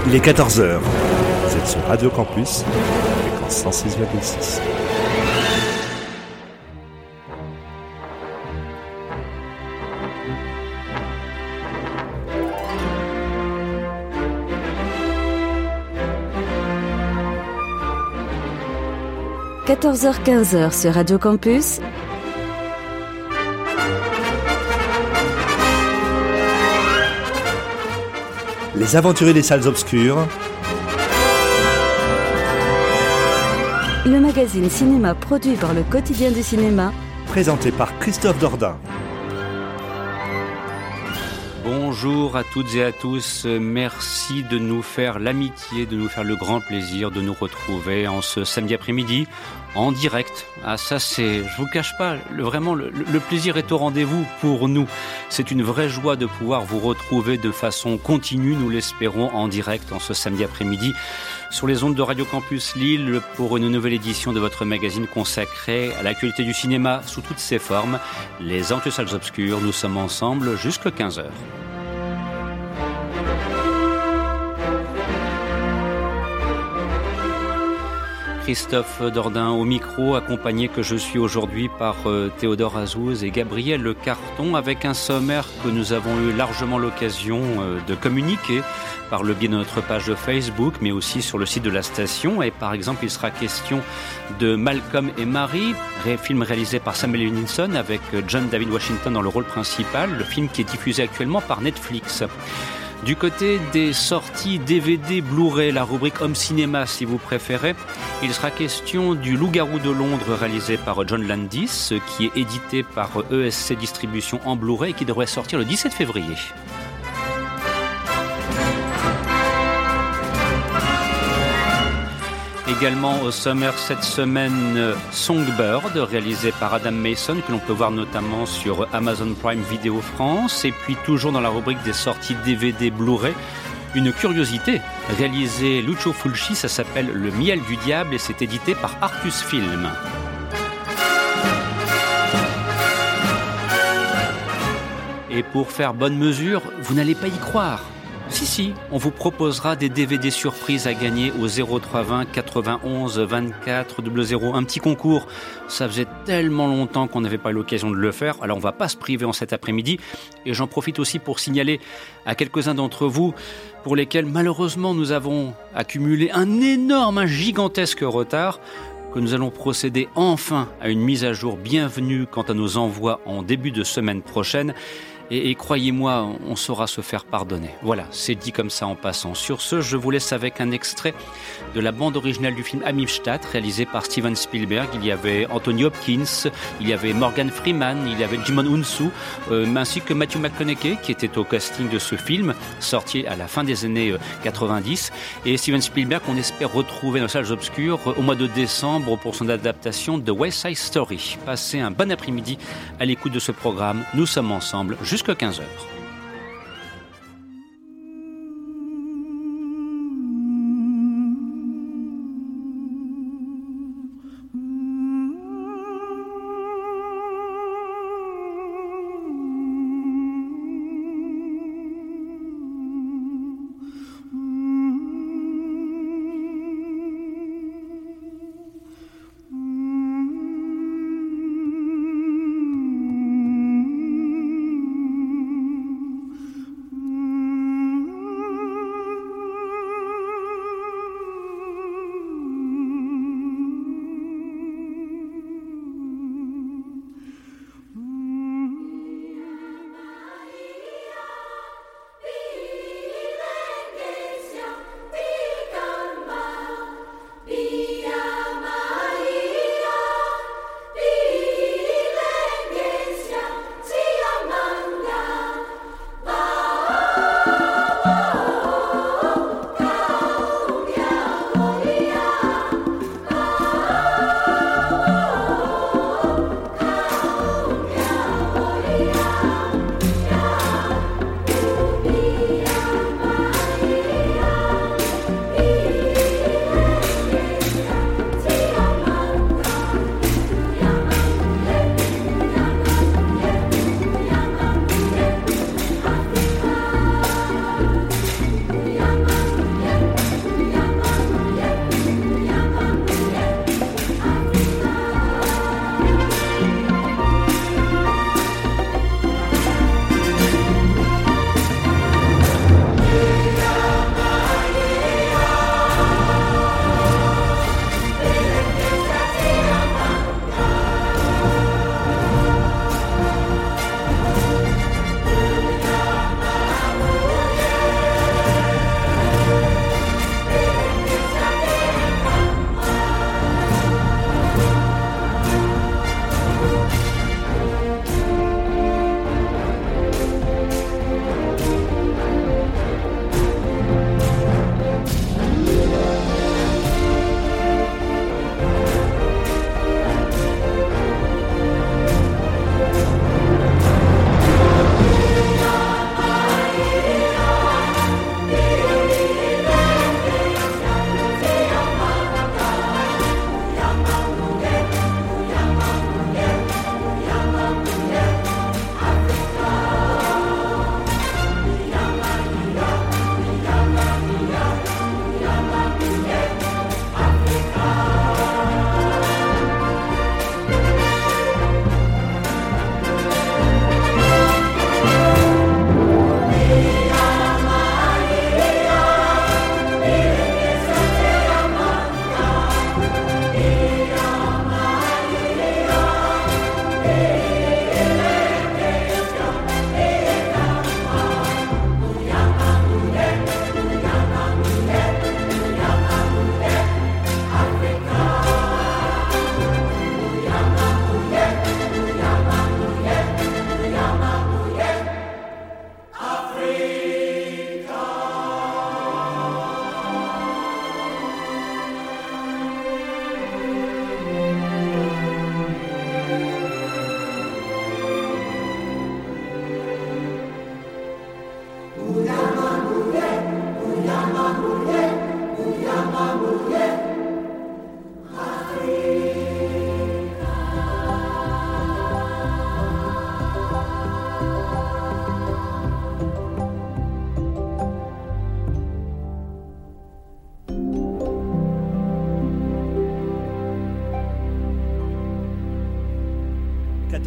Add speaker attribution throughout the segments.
Speaker 1: Il est 14 heures. Vous êtes sur Radio Campus, fréquence 106,6.
Speaker 2: – 14h-15h sur Radio Campus.
Speaker 1: Les aventuriers des salles obscures.
Speaker 2: Le magazine cinéma produit par le Quotidien du cinéma.
Speaker 1: Présenté par Christophe Dordain.
Speaker 3: Bonjour à toutes et à tous, merci de nous faire l'amitié, de nous faire le grand plaisir de nous retrouver en ce samedi après-midi en direct. Ah ça c'est, je vous cache pas, le plaisir est au rendez-vous pour nous. C'est une vraie joie de pouvoir vous retrouver de façon continue, nous l'espérons, en direct en ce samedi après-midi sur les ondes de Radio Campus Lille pour une nouvelle édition de votre magazine consacré à l'actualité du cinéma sous toutes ses formes. Les Aventuriers des salles obscures, nous sommes ensemble jusqu'à 15h. Christophe Dordain au micro, accompagné que je suis aujourd'hui par Théodore Azouz et Gabriel Le Carton, avec un sommaire que nous avons eu largement l'occasion de communiquer par le biais de notre page Facebook, mais aussi sur le site de la station. Et par exemple, il sera question de Malcolm et Marie, film réalisé par Samuel L. Jackson avec John David Washington dans le rôle principal, le film qui est diffusé actuellement par Netflix. Du côté des sorties DVD, Blu-ray, la rubrique Home Cinéma si vous préférez, il sera question du Loup-garou de Londres réalisé par John Landis, qui est édité par ESC Distribution en Blu-ray et qui devrait sortir le 17 février. Également au sommaire cette semaine, Songbird, réalisé par Adam Mason, que l'on peut voir notamment sur Amazon Prime Video France. Et puis toujours dans la rubrique des sorties DVD Blu-ray, une curiosité réalisée Lucio Fulci, ça s'appelle Le miel du diable et c'est édité par Artus Film. Et pour faire bonne mesure, vous n'allez pas y croire. Si, on vous proposera des DVD surprises à gagner au 0320 91 24 00. Un petit concours, ça faisait tellement longtemps qu'on n'avait pas eu l'occasion de le faire. Alors on va pas se priver en cet après-midi. Et j'en profite aussi pour signaler à quelques-uns d'entre vous pour lesquels malheureusement nous avons accumulé un gigantesque retard, que nous allons procéder enfin à une mise à jour bienvenue quant à nos envois en début de semaine prochaine. Et croyez-moi, on saura se faire pardonner. Voilà, c'est dit comme ça en passant. Sur ce, je vous laisse avec un extrait de la bande originale du film Amistad, réalisé par Steven Spielberg. Il y avait Anthony Hopkins, il y avait Morgan Freeman, il y avait Jimon Hunsu, ainsi que Matthew McConaughey, qui était au casting de ce film, sorti à la fin des années 90. Et Steven Spielberg, on espère retrouver dans les salles obscures au mois de décembre pour son adaptation de West Side Story. Passez un bon après-midi à l'écoute de ce programme. Nous sommes ensemble jusqu'à 15h.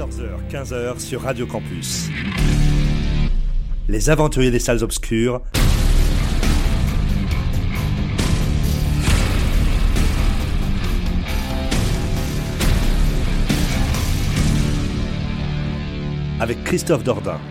Speaker 1: 14h, 15h sur Radio Campus. Les aventuriers des salles obscures. Avec Christophe Dordain.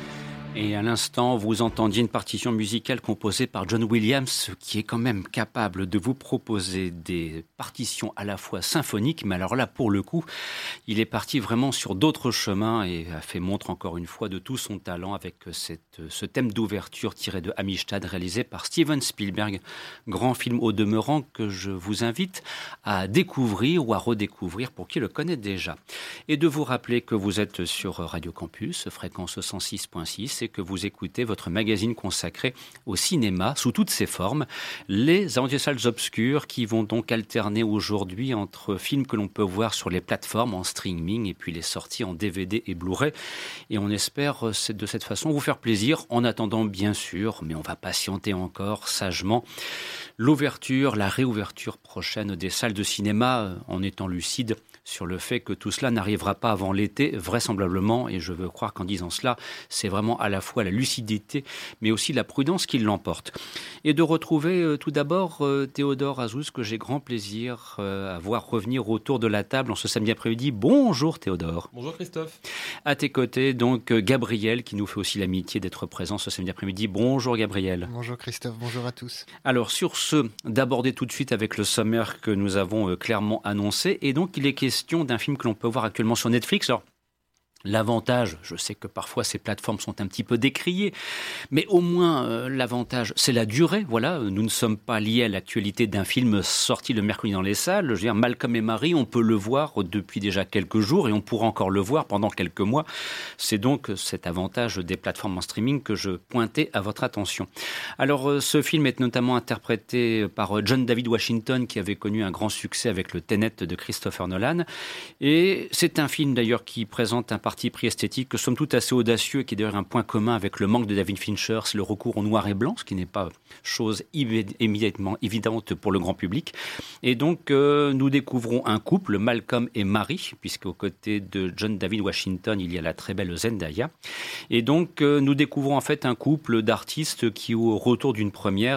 Speaker 3: Et à l'instant, vous entendiez une partition musicale composée par John Williams, qui est quand même capable de vous proposer des partitions à la fois symphoniques, mais alors là, pour le coup, il est parti vraiment sur d'autres chemins et a fait montre encore une fois de tout son talent avec ce thème d'ouverture tiré de Amistad, réalisé par Steven Spielberg. Grand film au demeurant que je vous invite à découvrir ou à redécouvrir pour qui le connaît déjà. Et de vous rappeler que vous êtes sur Radio Campus, fréquence 106.6, et que vous écoutez votre magazine consacré au cinéma sous toutes ses formes, les aventuriers des salles obscures, qui vont donc alterner aujourd'hui entre films que l'on peut voir sur les plateformes en streaming et puis les sorties en DVD et Blu-ray. Et on espère de cette façon vous faire plaisir, en attendant bien sûr, mais on va patienter encore sagement, l'ouverture, la réouverture prochaine des salles de cinéma, en étant lucide sur le fait que tout cela n'arrivera pas avant l'été, vraisemblablement, et je veux croire qu'en disant cela, c'est vraiment à la fois la lucidité, mais aussi la prudence qui l'emporte. Et de retrouver tout d'abord Théodore Azouz, que j'ai grand plaisir à voir revenir autour de la table en ce samedi après-midi. Bonjour Théodore.
Speaker 4: Bonjour Christophe.
Speaker 3: À tes côtés, donc Gabriel, qui nous fait aussi l'amitié d'être présent ce samedi après-midi. Bonjour Gabriel.
Speaker 5: Bonjour Christophe, bonjour à tous.
Speaker 3: Alors sur ce, d'aborder tout de suite avec le sommaire que nous avons clairement annoncé, et donc il est question d'un film que l'on peut voir actuellement sur Netflix. Alors, l'avantage, je sais que parfois ces plateformes sont un petit peu décriées, mais au moins l'avantage, c'est la durée. Voilà, nous ne sommes pas liés à l'actualité d'un film sorti le mercredi dans les salles. Je veux dire, Malcolm et Marie, on peut le voir depuis déjà quelques jours et on pourra encore le voir pendant quelques mois. C'est donc cet avantage des plateformes en streaming que je pointais à votre attention. Alors, ce film est notamment interprété par John David Washington, qui avait connu un grand succès avec le Tenet de Christopher Nolan. Et c'est un film d'ailleurs qui présente un parti pris esthétique, somme toute assez audacieux, et qui est d'ailleurs un point commun avec le manque de David Fincher, c'est le recours au noir et blanc, ce qui n'est pas chose immédiatement évidente pour le grand public. Et donc, nous découvrons un couple, Malcolm et Marie, puisqu'aux côtés de John David Washington, il y a la très belle Zendaya. Et donc, nous découvrons en fait un couple d'artistes qui, au retour d'une première,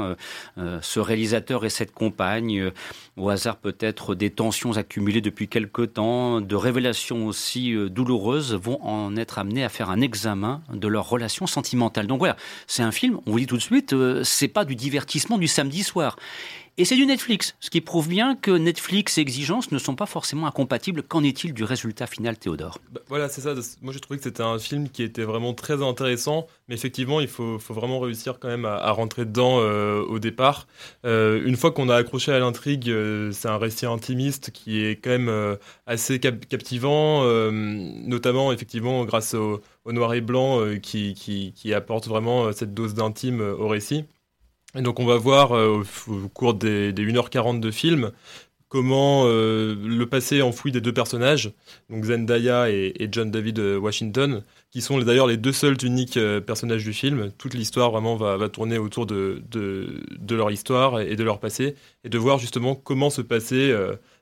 Speaker 3: ce réalisateur et cette compagne, au hasard peut-être des tensions accumulées depuis quelque temps, de révélations aussi douloureuses, vont en être amenés à faire un examen de leur relation sentimentale. Donc voilà, c'est un film, on vous dit tout de suite, c'est pas du divertissement du samedi soir. Et c'est du Netflix, ce qui prouve bien que Netflix et exigences ne sont pas forcément incompatibles. Qu'en est-il du résultat final, Théodore ?
Speaker 4: Voilà, c'est ça. Moi, j'ai trouvé que c'était un film qui était vraiment très intéressant, mais effectivement, il faut vraiment réussir quand même à rentrer dedans au départ. Une fois qu'on a accroché à l'intrigue, c'est un récit intimiste qui est quand même assez captivant, notamment effectivement grâce au noir et blanc qui apporte vraiment cette dose d'intime au récit. Et donc on va voir au cours des 1h40 de film comment le passé enfoui des deux personnages, donc Zendaya et John David Washington, qui sont d'ailleurs les deux seuls uniques personnages du film. Toute l'histoire vraiment va tourner autour de leur histoire et de leur passé, et de voir justement comment ce passé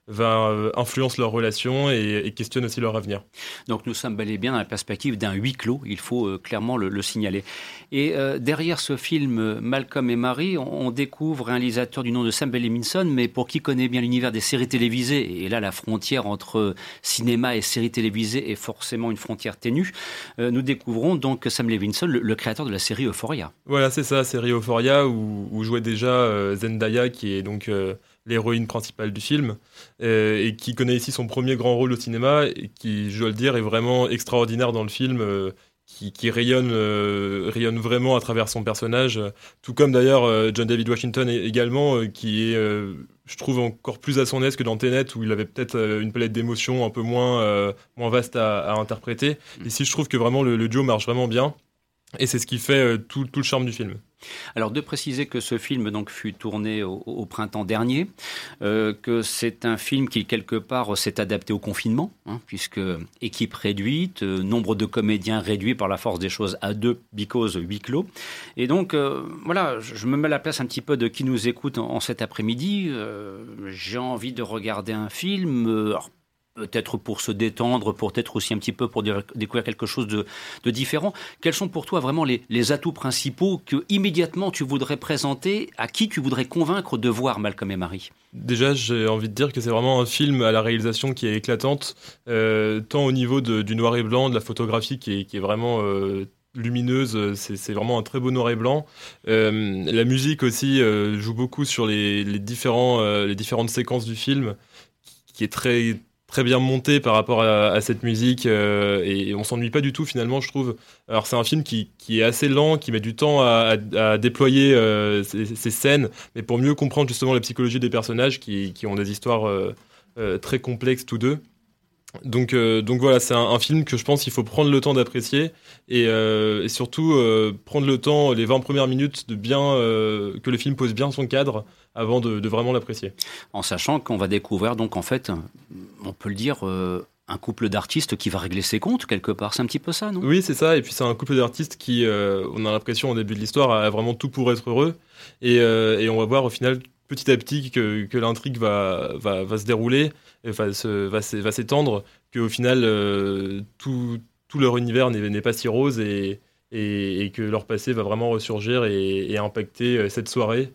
Speaker 4: influence leur relation et questionne aussi leur avenir.
Speaker 3: Donc nous sommes bel et bien dans la perspective d'un huis clos, il faut clairement le signaler. Et derrière ce film Malcolm et Marie, on découvre un réalisateur du nom de Sam Levinson, mais pour qui connaît bien l'univers des séries télévisées, et là la frontière entre cinéma et séries télévisées est forcément une frontière ténue, nous découvrons donc Sam Levinson, le créateur de la série Euphoria.
Speaker 4: Voilà, c'est ça, série Euphoria où jouait déjà Zendaya, qui est donc l'héroïne principale du film, et qui connaît ici son premier grand rôle au cinéma, et qui, je dois le dire, est vraiment extraordinaire dans le film, qui rayonne vraiment à travers son personnage, tout comme d'ailleurs John David Washington également, qui est, je trouve, encore plus à son aise que dans Tenet, où il avait peut-être une palette d'émotions un peu moins vaste à interpréter. Ici, je trouve que vraiment le duo marche vraiment bien, et c'est ce qui fait tout le charme du film.
Speaker 3: Alors de préciser que ce film donc fut tourné au printemps dernier, que c'est un film qui quelque part s'est adapté au confinement, puisque équipe réduite, nombre de comédiens réduit par la force des choses à 2 because huis clos. Et donc voilà, je me mets à la place un petit peu de qui nous écoute en cet après-midi. J'ai envie de regarder un film. Alors, peut-être pour se détendre, peut-être aussi un petit peu pour découvrir quelque chose de différent. Quels sont pour toi vraiment les atouts principaux que immédiatement tu voudrais présenter, à qui tu voudrais convaincre de voir Malcolm et Marie ?
Speaker 4: Déjà, j'ai envie de dire que c'est vraiment un film à la réalisation qui est éclatante, tant au niveau du noir et blanc, de la photographie qui est vraiment lumineuse, c'est vraiment un très beau noir et blanc. La musique aussi joue beaucoup sur les différentes séquences du film, qui est très très bien monté par rapport à cette musique et on s'ennuie pas du tout finalement, je trouve. Alors c'est un film qui est assez lent, qui met du temps à déployer ces scènes, mais pour mieux comprendre justement la psychologie des personnages qui ont des histoires très complexes tous deux. Donc voilà, c'est un film que je pense qu'il faut prendre le temps d'apprécier et surtout prendre le temps, les 20 premières minutes, de bien que le film pose bien son cadre avant de vraiment l'apprécier.
Speaker 3: En sachant qu'on va découvrir donc en fait, on peut le dire, un couple d'artistes qui va régler ses comptes quelque part, c'est un petit peu ça, non ?
Speaker 4: Oui, c'est ça, et puis c'est un couple d'artistes qui, on a l'impression au début de l'histoire, a vraiment tout pour être heureux et on va voir au final petit à petit que l'intrigue va se dérouler, va s'étendre, qu'au final tout leur univers n'est pas si rose et que leur passé va vraiment ressurgir et impacter cette soirée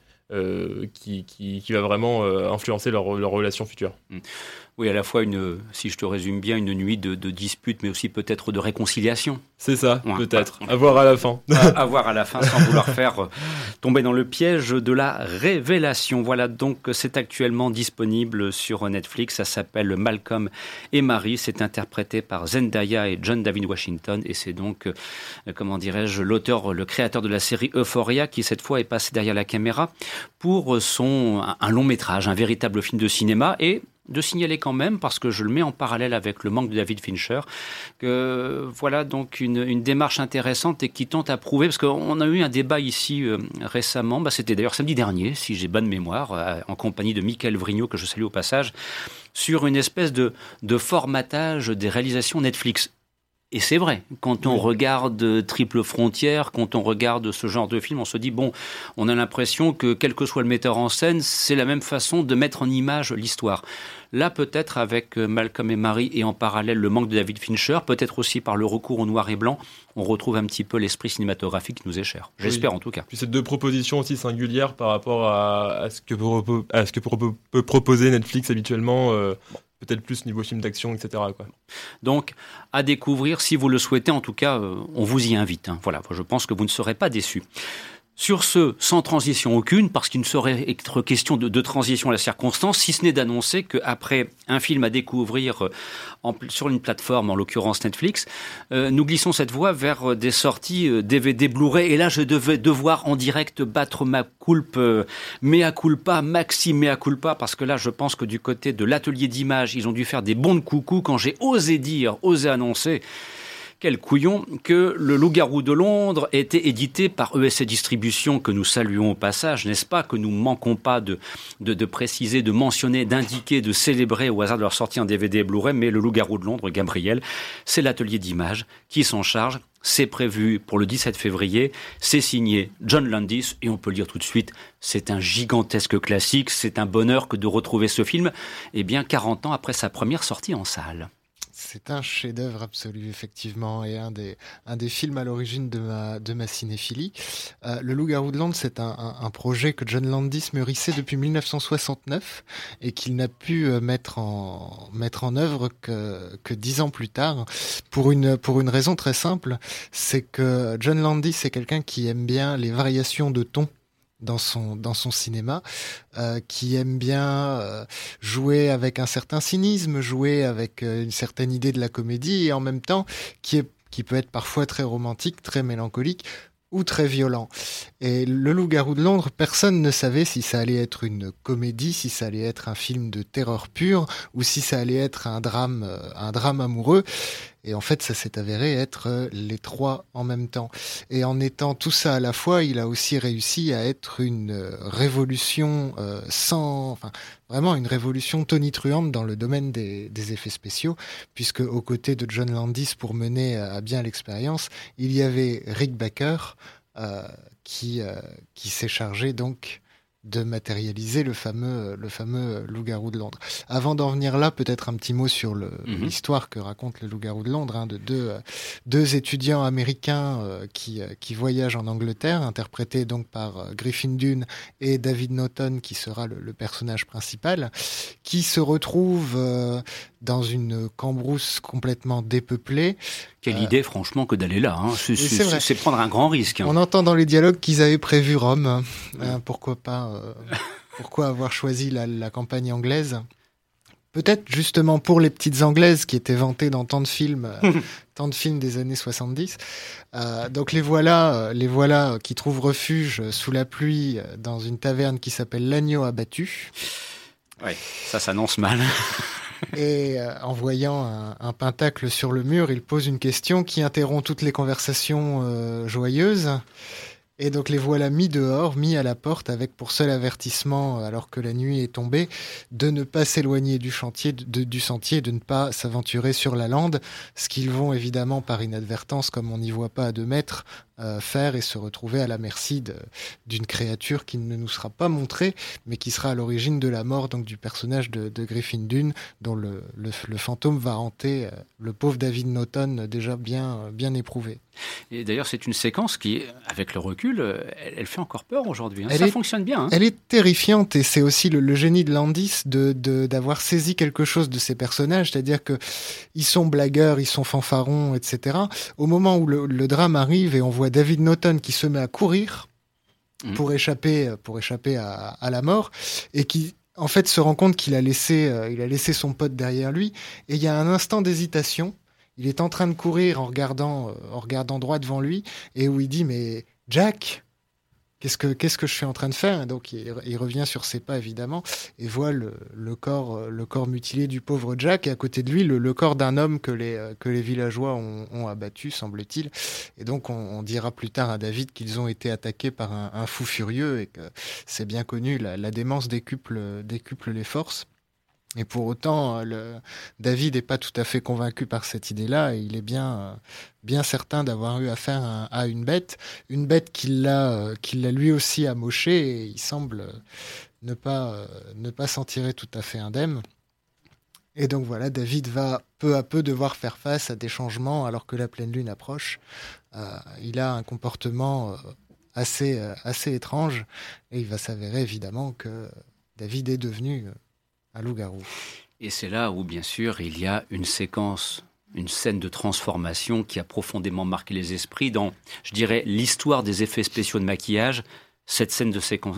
Speaker 4: qui va vraiment influencer leur relation future.
Speaker 3: Oui, à la fois si je te résume bien, une nuit de dispute, mais aussi peut-être de réconciliation.
Speaker 4: C'est ça,
Speaker 3: ouais,
Speaker 4: peut-être. À voir à la fin.
Speaker 3: À voir à la fin, sans vouloir faire tomber dans le piège de la révélation. Voilà, donc c'est actuellement disponible sur Netflix. Ça s'appelle Malcolm et Marie. C'est interprété par Zendaya et John David Washington. Et c'est donc, l'auteur, le créateur de la série Euphoria, qui cette fois est passé derrière la caméra pour un long métrage, un véritable film de cinéma. Et de signaler quand même, parce que je le mets en parallèle avec Le Manque de David Fincher, que voilà donc une démarche intéressante et qui tente à prouver, parce qu'on a eu un débat ici récemment, c'était d'ailleurs samedi dernier, si j'ai bonne mémoire, en compagnie de Mickaël Vrignot, que je salue au passage, sur une espèce de formatage des réalisations Netflix. Et c'est vrai, quand on regarde Triple Frontière, quand on regarde ce genre de film, on se dit, on a l'impression que quel que soit le metteur en scène, c'est la même façon de mettre en image l'histoire. Là, peut-être avec Malcolm et Marie et en parallèle Le Manque de David Fincher, peut-être aussi par le recours au noir et blanc, on retrouve un petit peu l'esprit cinématographique qui nous est cher. J'espère en tout cas.
Speaker 4: Puis c'est deux propositions aussi singulières par rapport à ce que peut proposer Netflix habituellement. Peut-être plus niveau film d'action, etc. quoi.
Speaker 3: Donc, à découvrir, si vous le souhaitez, en tout cas, on vous y invite. Voilà, je pense que vous ne serez pas déçus. Sur ce, sans transition aucune, parce qu'il ne saurait être question de transition à la circonstance, si ce n'est d'annoncer qu'après un film à découvrir sur une plateforme, en l'occurrence Netflix, nous glissons cette voie vers des sorties DVD Blu-ray. Et là, je devais devoir en direct battre ma culpe, mea culpa, maxi mea culpa, parce que là, je pense que du côté de l'atelier d'image, ils ont dû faire des bonds de coucou quand j'ai osé annoncer, quel couillon, que Le Loup-garou de Londres était édité par ESC Distribution, que nous saluons au passage, n'est-ce pas, que nous ne manquons pas de préciser, de mentionner, d'indiquer, de célébrer au hasard de leur sortie en DVD et Blu-ray, mais Le Loup-garou de Londres, Gabriel, c'est l'atelier d'image qui s'en charge. C'est prévu pour le 17 février, c'est signé John Landis, et on peut le dire tout de suite, c'est un gigantesque classique, c'est un bonheur que de retrouver ce film, 40 ans après sa première sortie en salle.
Speaker 5: C'est un chef-d'œuvre absolu, effectivement, et un des films à l'origine de ma cinéphilie. Le Loup-garou de Londres, c'est un projet que John Landis mûrissait depuis 1969 et qu'il n'a pu mettre en œuvre que 10 ans plus tard, pour une raison très simple, c'est que John Landis est quelqu'un qui aime bien les variations de ton dans son cinéma, qui aime bien jouer avec un certain cynisme, jouer avec une certaine idée de la comédie, et en même temps qui peut être parfois très romantique, très mélancolique ou très violent. Et Le Loup-garou de Londres, personne ne savait si ça allait être une comédie, si ça allait être un film de terreur pure, ou si ça allait être un drame amoureux. Et en fait, ça s'est avéré être les trois en même temps. Et en étant tout ça à la fois, il a aussi réussi à être une révolution vraiment une révolution tonitruante dans le domaine des effets spéciaux, puisque aux côtés de John Landis, pour mener à bien l'expérience, il y avait Rick Baker, qui s'est chargé donc de matérialiser le fameux loup-garou de Londres. Avant d'en venir là, peut-être un petit mot sur l'histoire que raconte le loup-garou de Londres, de deux étudiants américains qui voyagent en Angleterre, interprétés donc par Griffin Dunne et David Naughton, qui sera le personnage principal, qui se retrouvent dans une cambrousse complètement dépeuplée.
Speaker 3: Quelle idée, franchement, que d'aller là. Hein. C'est prendre un grand risque. Hein.
Speaker 5: On entend dans les dialogues qu'ils avaient prévu Rome. Pourquoi pas pourquoi avoir choisi la campagne anglaise ? Peut-être justement pour les petites anglaises qui étaient vantées dans tant de films des années 70. Donc les voilà qui trouvent refuge sous la pluie dans une taverne qui s'appelle l'Agneau abattu.
Speaker 3: Ouais, ça s'annonce mal.
Speaker 5: Et en voyant un pentacle sur le mur, il pose une question qui interrompt toutes les conversations joyeuses. Et donc les voilà mis dehors, mis à la porte, avec pour seul avertissement, alors que la nuit est tombée, de ne pas s'éloigner du sentier, de ne pas s'aventurer sur la lande, ce qu'ils vont évidemment par inadvertance, comme on n'y voit pas à 2 mètres, faire et se retrouver à la merci d'une créature qui ne nous sera pas montrée, mais qui sera à l'origine de la mort donc du personnage de Griffin Dunne, dont le fantôme va hanter le pauvre David Naughton, déjà bien éprouvé.
Speaker 3: Et d'ailleurs, c'est une séquence qui, avec le recul, elle fait encore peur aujourd'hui. Hein. Ça fonctionne bien. Hein.
Speaker 5: Elle est terrifiante, et c'est aussi le génie de Landis d'avoir saisi quelque chose de ces personnages, c'est-à-dire que ils sont blagueurs, ils sont fanfarons, etc. Au moment où le drame arrive et on voit David Naughton qui se met à courir pour échapper à la mort, et qui en fait se rend compte qu'il a laissé son pote derrière lui, et il y a un instant d'hésitation. Il est en train de courir en regardant droit devant lui, et où il dit « Mais Jack, qu'est-ce que je suis en train de faire ?» Et donc il revient sur ses pas, évidemment, et voit le corps mutilé du pauvre Jack, et à côté de lui, le corps d'un homme que les villageois ont abattu, semble-t-il. Et donc on dira plus tard à David qu'ils ont été attaqués par un fou furieux, et que c'est bien connu, la démence décuple les forces. Et pour autant, David n'est pas tout à fait convaincu par cette idée-là, et il est bien certain d'avoir eu affaire à une bête qui l'a lui aussi amoché, et il semble ne pas s'en tirer tout à fait indemne. Et donc voilà, David va peu à peu devoir faire face à des changements alors que la pleine lune approche. Il a un comportement assez étrange, et il va s'avérer évidemment que David est devenu un loup-garou.
Speaker 3: Et c'est là où, bien sûr, il y a une scène de transformation qui a profondément marqué les esprits dans, je dirais, l'histoire des effets spéciaux de maquillage. Cette scène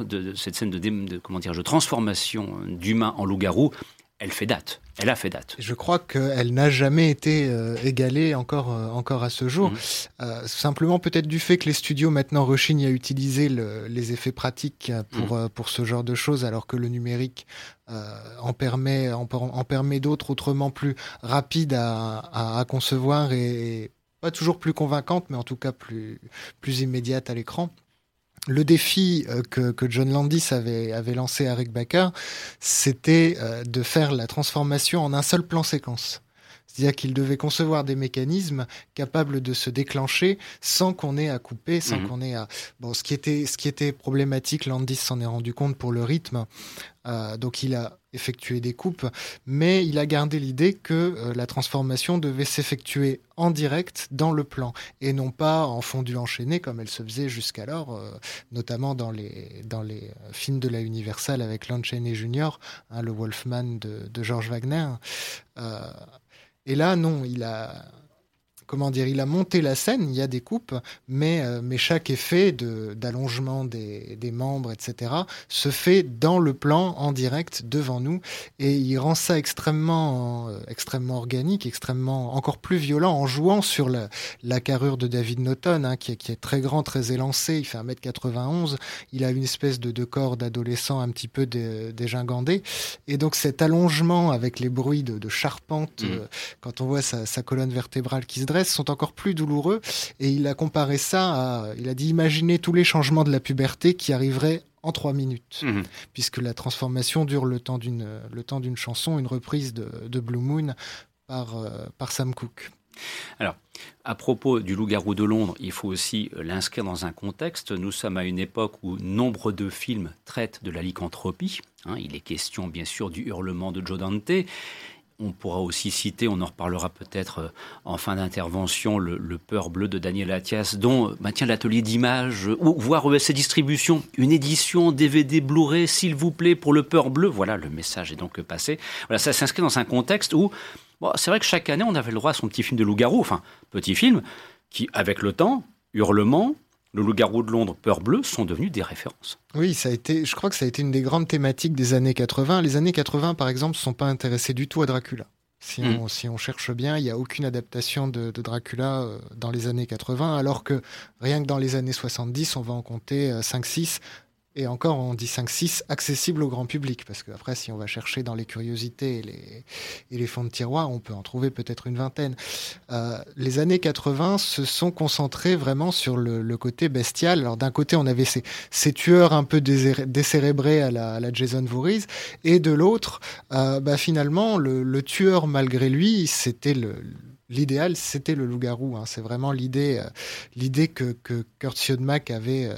Speaker 3: de transformation d'humain en loup-garou, elle fait date. Elle a fait date.
Speaker 5: Je crois qu'elle n'a jamais été égalée encore à ce jour. Simplement peut-être du fait que les studios maintenant rechignent à utiliser les effets pratiques pour ce genre de choses, alors que le numérique en permet d'autres autrement plus rapides à concevoir, et pas toujours plus convaincantes, mais en tout cas plus immédiates à l'écran. Le défi que John Landis avait lancé à Rick Baker, c'était de faire la transformation en un seul plan séquence. C'est-à-dire qu'il devait concevoir des mécanismes capables de se déclencher sans qu'on ait à couper, sans qu'on ait à... Bon, ce qui était problématique, Landis s'en est rendu compte pour le rythme. Donc il a effectué des coupes, mais il a gardé l'idée que la transformation devait s'effectuer en direct dans le plan, et non pas en fondu enchaîné comme elle se faisait jusqu'alors, notamment dans les films de la Universal avec Lon Chaney Jr., le Wolfman de George Wagner. Et là, non, il a monté la scène, il y a des coupes, mais chaque effet d'allongement des membres, etc., se fait dans le plan, en direct, devant nous, et il rend ça extrêmement organique, extrêmement encore plus violent, en jouant sur la carrure de David Naughton, qui est très grand, très élancé, il fait 1m91, il a une espèce de corps d'adolescent un petit peu dégingandé, et donc cet allongement avec les bruits de charpente, quand on voit sa colonne vertébrale qui se dresse, sont encore plus douloureux, et il a comparé ça il a dit imaginez tous les changements de la puberté qui arriveraient en 3 minutes, puisque la transformation dure le temps d'une chanson, une reprise de Blue Moon par Sam Cooke.
Speaker 3: Alors, à propos du loup-garou de Londres, il faut aussi l'inscrire dans un contexte. Nous sommes à une époque où nombre de films traitent de la lycanthropie. Il est question, bien sûr, du Hurlement de Joe Dante. On pourra aussi citer, on en reparlera peut-être en fin d'intervention, le Peur bleu de Daniel Attias, dont l'atelier d'images, ou voire ses distributions, une édition DVD Blu-ray, s'il vous plaît, pour le Peur bleu. Voilà, le message est donc passé. Voilà, ça s'inscrit dans un contexte où, c'est vrai que chaque année, on avait le droit à son petit film de loup-garou, enfin, petit film, qui, avec le temps, Hurlement, le loup-garou de Londres, Peur bleue, sont devenus des références.
Speaker 5: Oui, je crois que ça a été une des grandes thématiques des années 80. Les années 80, par exemple, ne sont pas intéressées du tout à Dracula. Si on cherche bien, il n'y a aucune adaptation de Dracula dans les années 80, alors que rien que dans les années 70, on va en compter 5-6. Et encore, on dit 5-6 accessibles au grand public, parce qu'après, si on va chercher dans les curiosités et les fonds de tiroir, on peut en trouver peut-être une vingtaine. Les années 80 se sont concentrées vraiment sur le côté bestial. Alors d'un côté, on avait ces tueurs un peu décérébrés à la Jason Voorhees, et de l'autre, finalement, le tueur, malgré lui, c'était l'idéal, c'était le loup-garou. C'est vraiment l'idée que Kurt Siodmak avait...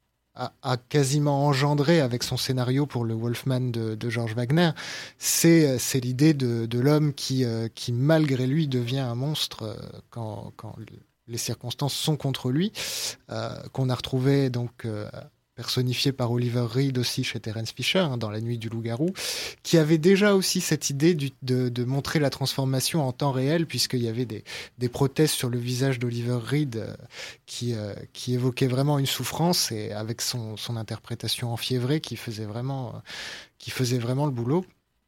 Speaker 5: a quasiment engendré avec son scénario pour le Wolfman de George Wagner, c'est l'idée de l'homme qui malgré lui devient un monstre quand les circonstances sont contre lui, qu'on a retrouvé donc personnifié par Oliver Reed aussi chez Terence Fisher, dans La Nuit du loup-garou, qui avait déjà aussi cette idée de montrer la transformation en temps réel, puisqu'il y avait des prothèses sur le visage d'Oliver Reed qui évoquaient vraiment une souffrance, et avec son interprétation enfiévrée qui faisait vraiment le boulot.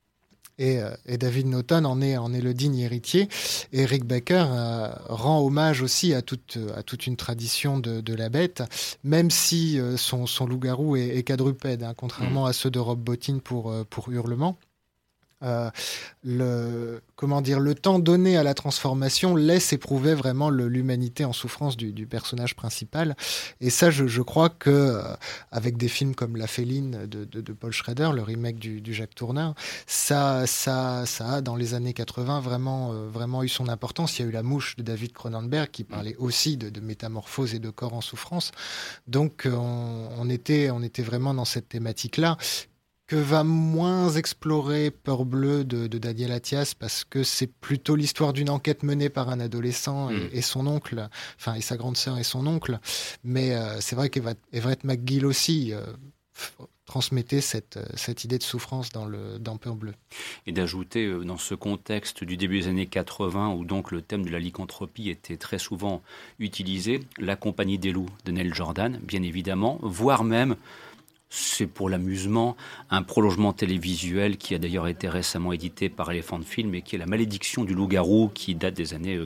Speaker 5: Et David Naughton en est le digne héritier. Et Rick Baker rend hommage aussi à toute une tradition de la bête, même si son loup-garou est quadrupède, contrairement à ceux de Rob Bottin pour Hurlement. Le temps donné à la transformation laisse éprouver vraiment l'humanité en souffrance du personnage principal, et ça je crois que avec des films comme La Féline de Paul Schrader, le remake du Jacques Tourneur, ça a dans les années 80 vraiment eu son importance. Il y a eu La Mouche de David Cronenberg qui parlait aussi de métamorphose et de corps en souffrance, donc on était vraiment dans cette thématique là que va moins explorer Peur bleue de Daniel Attias, parce que c'est plutôt l'histoire d'une enquête menée par un adolescent et son oncle, et sa grande sœur et son oncle. Mais c'est vrai qu'Everett McGill aussi transmettait cette idée de souffrance dans Peur bleue.
Speaker 3: Et d'ajouter dans ce contexte du début des années 80, où donc le thème de la lycanthropie était très souvent utilisé, La Compagnie des loups de Neil Jordan, bien évidemment, voire même, c'est pour l'amusement, un prolongement télévisuel qui a d'ailleurs été récemment édité par Elephant Film et qui est La Malédiction du loup-garou, qui date des années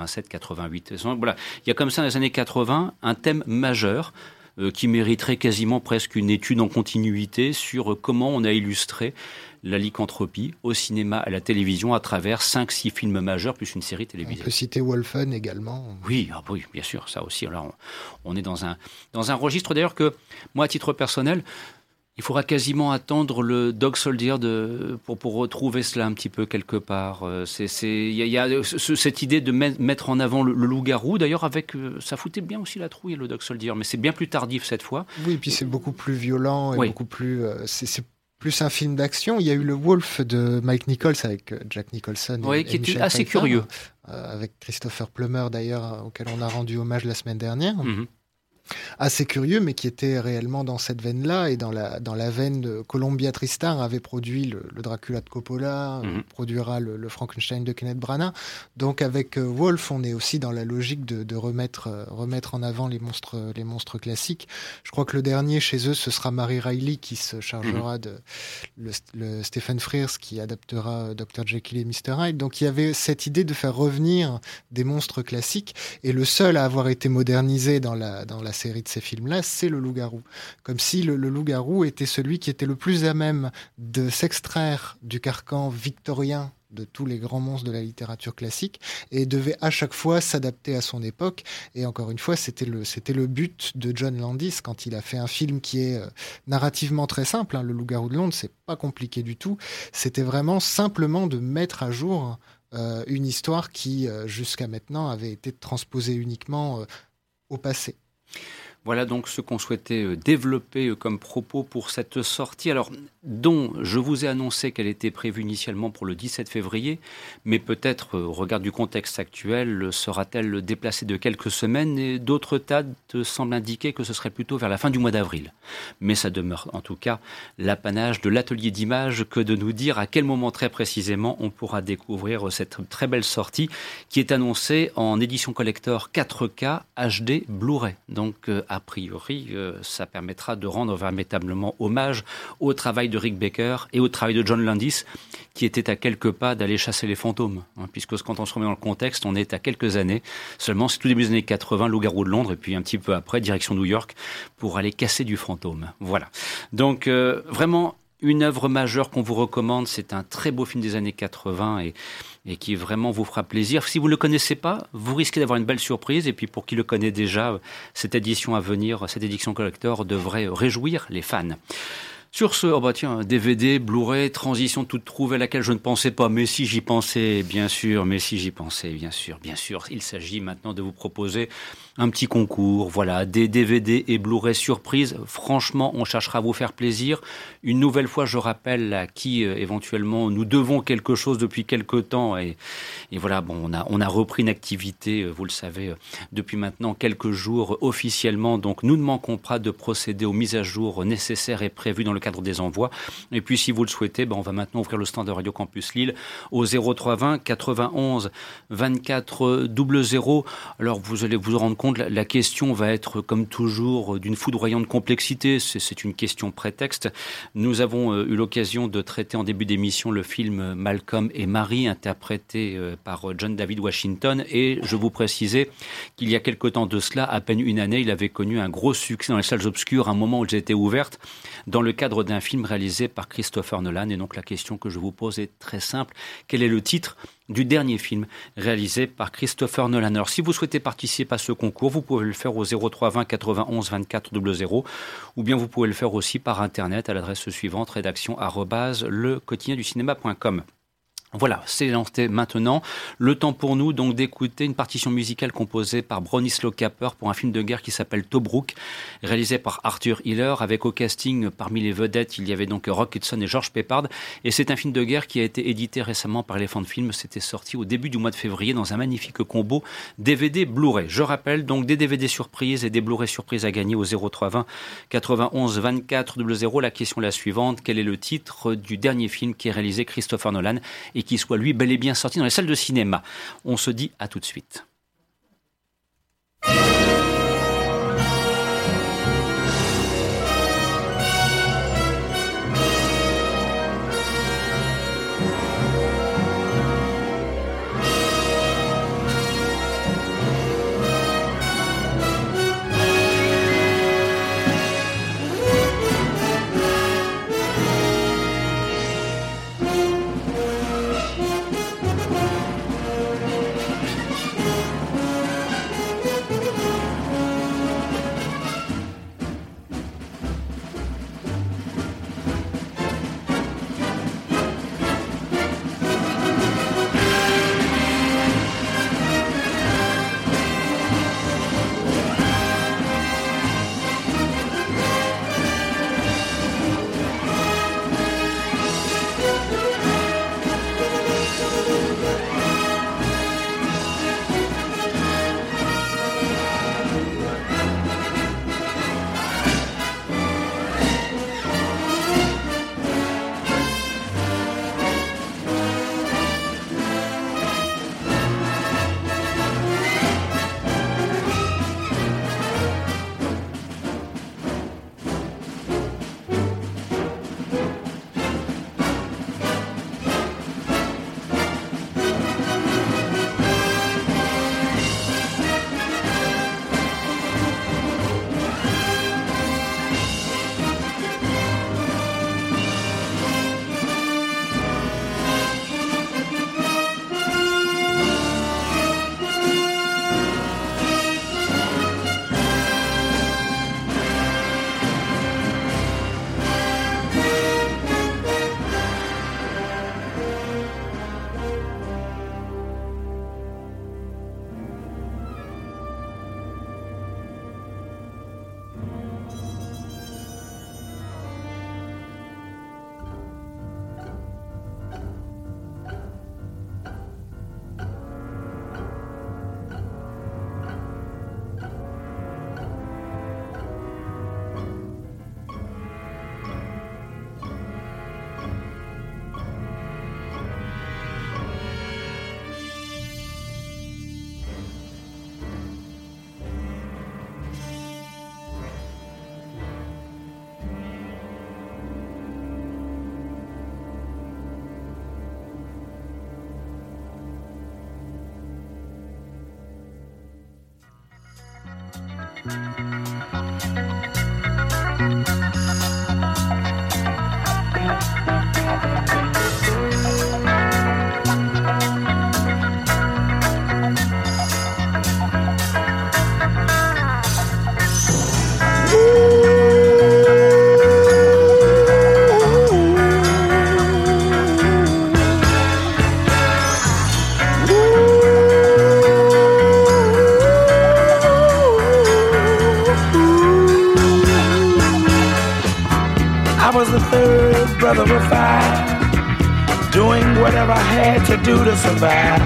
Speaker 3: 87-88. Voilà, il y a comme ça dans les années 80 un thème majeur qui mériterait quasiment presque une étude en continuité sur comment on a illustré la lycanthropie au cinéma, à la télévision, à travers 5-6 films majeurs, plus une série télévisée.
Speaker 5: On peut citer Wolfen également.
Speaker 3: Oui, bien sûr, ça aussi. Alors, on est dans un registre, d'ailleurs, que moi, à titre personnel, il faudra quasiment attendre le Dog Soldier pour retrouver cela un petit peu quelque part. Il y a cette idée de mettre en avant le loup-garou, d'ailleurs, ça foutait bien aussi la trouille, le Dog Soldier, mais c'est bien plus tardif cette fois.
Speaker 5: Oui, et puis c'est beaucoup plus violent et beaucoup plus... c'est plus un film d'action. Il y a eu le Wolf de Mike Nichols avec Jack Nicholson
Speaker 3: qui était assez
Speaker 5: Pfeiffer,
Speaker 3: curieux.
Speaker 5: Avec Christopher Plummer d'ailleurs, auquel on a rendu hommage la semaine dernière.
Speaker 3: Mm-hmm.
Speaker 5: Assez curieux, mais qui était réellement dans cette veine-là, et dans la veine de Columbia TriStar avait produit le Dracula de Coppola, produira le Frankenstein de Kenneth Branagh. Donc avec Wolf, on est aussi dans la logique de remettre en avant les monstres classiques. Je crois que le dernier chez eux, ce sera Mary Reilly qui se chargera de le Stephen Frears qui adaptera Dr. Jekyll et Mr. Hyde. Donc il y avait cette idée de faire revenir des monstres classiques, et le seul à avoir été modernisé dans la série de ces films-là, c'est le loup-garou. Comme si le loup-garou était celui qui était le plus à même de s'extraire du carcan victorien de tous les grands monstres de la littérature classique, et devait à chaque fois s'adapter à son époque. Et encore une fois, c'était le but de John Landis quand il a fait un film qui est narrativement très simple. Le Loup-garou de Londres, c'est pas compliqué du tout. C'était vraiment simplement de mettre à jour une histoire qui, jusqu'à maintenant, avait été transposée uniquement au passé.
Speaker 3: Voilà donc ce qu'on souhaitait développer comme propos pour cette sortie, alors dont je vous ai annoncé qu'elle était prévue initialement pour le 17 février, mais peut-être, au regard du contexte actuel, sera-t-elle déplacée de quelques semaines et d'autres dates semblent indiquer que ce serait plutôt vers la fin du mois d'avril. Mais ça demeure en tout cas l'apanage de l'atelier d'images que de nous dire à quel moment très précisément on pourra découvrir cette très belle sortie qui est annoncée en édition collector 4K HD Blu-ray. Donc a priori, ça permettra de rendre véritablement hommage au travail de Rick Baker et au travail de John Landis, qui était à quelques pas d'aller chasser les fantômes. Puisque quand on se remet dans le contexte, on est à quelques années, seulement c'est tout début des années 80, Loup-garou de Londres, et puis un petit peu après, direction New York, pour aller casser du fantôme. Voilà. Donc, vraiment, une œuvre majeure qu'on vous recommande, c'est un très beau film des années 80 et qui vraiment vous fera plaisir. Si vous ne le connaissez pas, vous risquez d'avoir une belle surprise. Et puis pour qui le connaît déjà, cette édition à venir, cette édition collector devrait réjouir les fans. Sur ce, DVD, Blu-ray, transition toute trouvée à laquelle je ne pensais pas, mais si j'y pensais, bien sûr, il s'agit maintenant de vous proposer un petit concours, voilà, des DVD et Blu-ray surprises. Franchement, on cherchera à vous faire plaisir. Une nouvelle fois, je rappelle à qui éventuellement nous devons quelque chose depuis quelque temps et voilà, bon, on a repris une activité, vous le savez, depuis maintenant quelques jours officiellement, donc nous ne manquons pas de procéder aux mises à jour nécessaires et prévues dans le cadre des envois. Et puis si vous le souhaitez, on va maintenant ouvrir le stand de Radio Campus Lille au 0320 91 24 00. Alors vous allez vous rendre compte, la question va être comme toujours d'une foudroyante complexité, c'est une question prétexte. Nous avons eu l'occasion de traiter en début d'émission le film Malcolm et Marie, interprété par John David Washington, et je vous précisais qu'il y a quelque temps de cela, à peine une année, il avait connu un gros succès dans les salles obscures, à un moment où elles étaient ouvertes, dans le cadre d'un film réalisé par Christopher Nolan. Et donc la question que je vous pose est très simple. Quel est le titre du dernier film réalisé par Christopher Nolan? Alors si vous souhaitez participer à ce concours, vous pouvez le faire au 0320 91 24 00 ou bien vous pouvez le faire aussi par internet à l'adresse suivante, rédaction@lequotidienducinéma.com. Voilà, c'est lancé maintenant. Le temps pour nous donc d'écouter une partition musicale composée par Bronislaw Kaper pour un film de guerre qui s'appelle Tobruk, réalisé par Arthur Hiller, avec au casting parmi les vedettes, il y avait donc Rock Hudson et George Peppard. Et c'est un film de guerre qui a été édité récemment par Elephant Film. C'était sorti au début du mois de février dans un magnifique combo DVD Blu-ray. Je rappelle donc des DVD surprises et des Blu-ray surprises à gagner au 0320 91 24 00. La question est la suivante: quel est le titre du dernier film qui est réalisé Christopher Nolan et qui soit lui bel et bien sorti dans les salles de cinéma? On se dit à tout de suite.
Speaker 6: third brother of five, doing whatever I had to do to survive.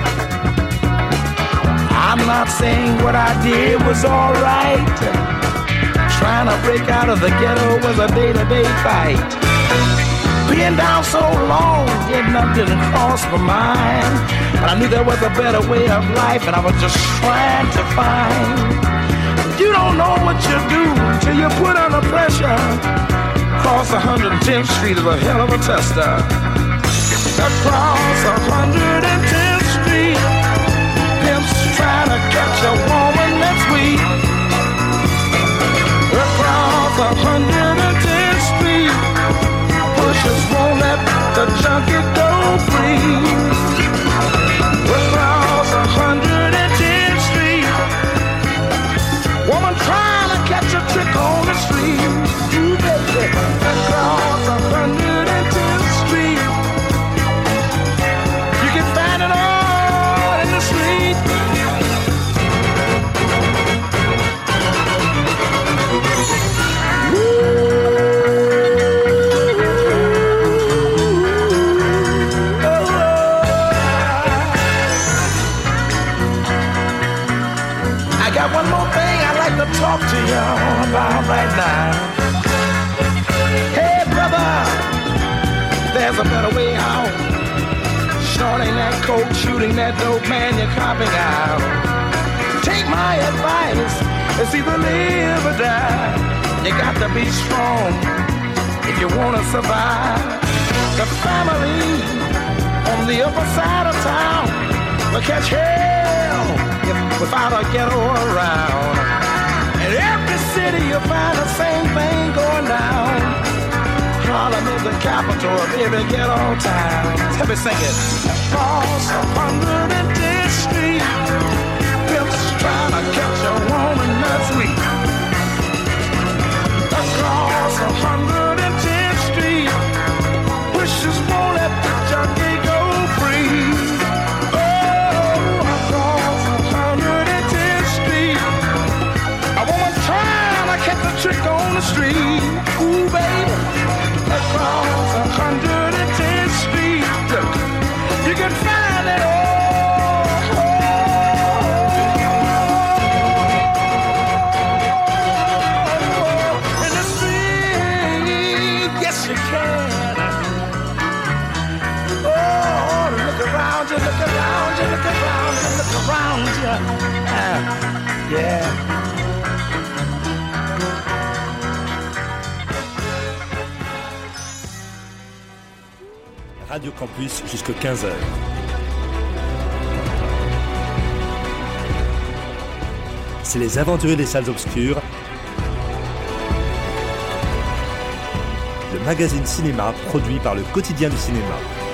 Speaker 6: I'm not saying what I did was alright. Trying to break out of the ghetto was a day-to-day fight. Being down so long, getting up didn't cross my mind. But I knew there was a better way of life, and I was just trying to find. You don't know what you do till you put under pressure. Across 110th Street is a hell of a tester. Across 110th Street, pimps trying to catch a woman that's weak. Across 110th Street, pushers won't let the junkie go free. Across 110th Street, woman trying to catch a trick on the street. Ooh, baby. Across 110th Street, you can find it all in the street. One more thing I'd like to talk to y'all about right now. Hey brother, there's a better way out. Shorting that coke, shooting that dope, man, you're copping out. Take my advice, it's either live or die. You got to be strong if you want to survive. The family on the upper side of town will catch hell without a ghetto around. In every city you'll find the same thing going down. Harlem is the capital of every ghetto town. Let me sing it. Across 110th Street, pimps trying to catch a woman that's weak. Across 110th Street, wishes won't let the junkie go free. Trick on the street, ooh baby, across 110th Street, look, you can find it all in the street, yes you can. Oh, look around you, look around you, look around you, look around you, yeah.
Speaker 1: Radio Campus jusqu'à 15h. C'est les aventuriers des salles obscures. Le magazine cinéma produit par le quotidien du cinéma.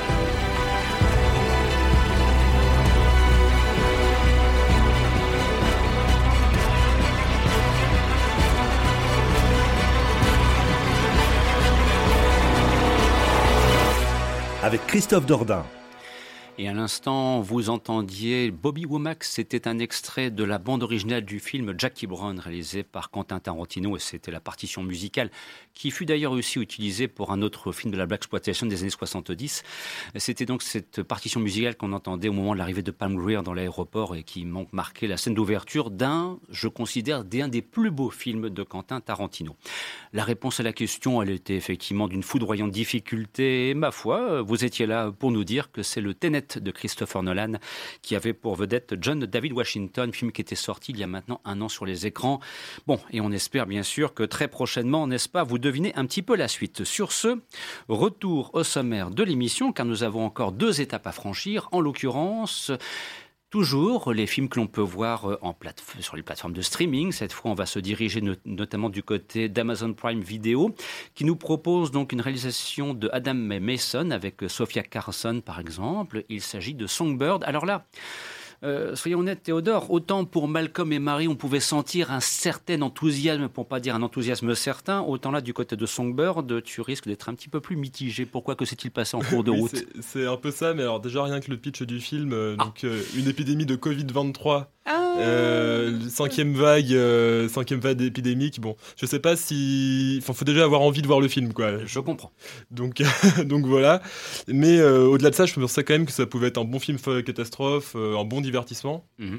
Speaker 1: Avec Christophe Dordain.
Speaker 3: Et à l'instant, vous entendiez Bobby Womack, c'était un extrait de la bande originale du film Jackie Brown, réalisé par Quentin Tarantino, et c'était la partition musicale, qui fut d'ailleurs aussi utilisée pour un autre film de la blaxploitation des années 70. C'était donc cette partition musicale qu'on entendait au moment de l'arrivée de Pam Grier dans l'aéroport et qui marquait la scène d'ouverture je considère, d'un des plus beaux films de Quentin Tarantino. La réponse à la question, elle était effectivement d'une foudroyante difficulté, et ma foi, vous étiez là pour nous dire que c'est le Tenet de Christopher Nolan qui avait pour vedette John David Washington, film qui était sorti il y a maintenant 1 an sur les écrans. Bon, et on espère bien sûr que très prochainement, n'est-ce pas, vous devinez un petit peu la suite. Sur ce, retour au sommaire de l'émission, car nous avons encore 2 étapes à franchir, en l'occurrence toujours les films que l'on peut voir sur les plateformes de streaming. Cette fois, on va se diriger notamment du côté d'Amazon Prime Video, qui nous propose donc une réalisation de Adam Mason avec Sophia Carson, par exemple. Il s'agit de Songbird. Alors là, soyons honnêtes, Théodore, autant pour Malcolm et Marie, on pouvait sentir un certain enthousiasme, pour pas dire un enthousiasme certain, autant là, du côté de Songbird, tu risques d'être un petit peu plus mitigé. Pourquoi? Que s'est-il passé en cours de route?
Speaker 4: C'est un peu ça, mais alors déjà rien que le pitch du film, une épidémie de Covid-23 Cinquième vague épidémique. Bon, je sais pas si... Enfin, faut déjà avoir envie de voir le film, quoi.
Speaker 3: Je comprends.
Speaker 4: Donc voilà. Mais au-delà de ça, je pensais quand même que ça pouvait être un bon film catastrophe, un bon divertissement.
Speaker 3: Mhm.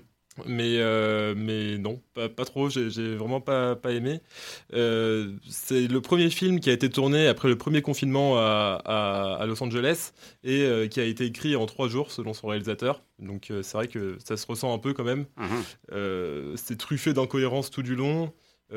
Speaker 4: Mais non, pas trop, j'ai vraiment pas aimé. C'est le premier film qui a été tourné après le premier confinement à Los Angeles et qui a été écrit en 3 jours selon son réalisateur. Donc c'est vrai que ça se ressent un peu quand même. C'est truffé d'incohérences tout du long.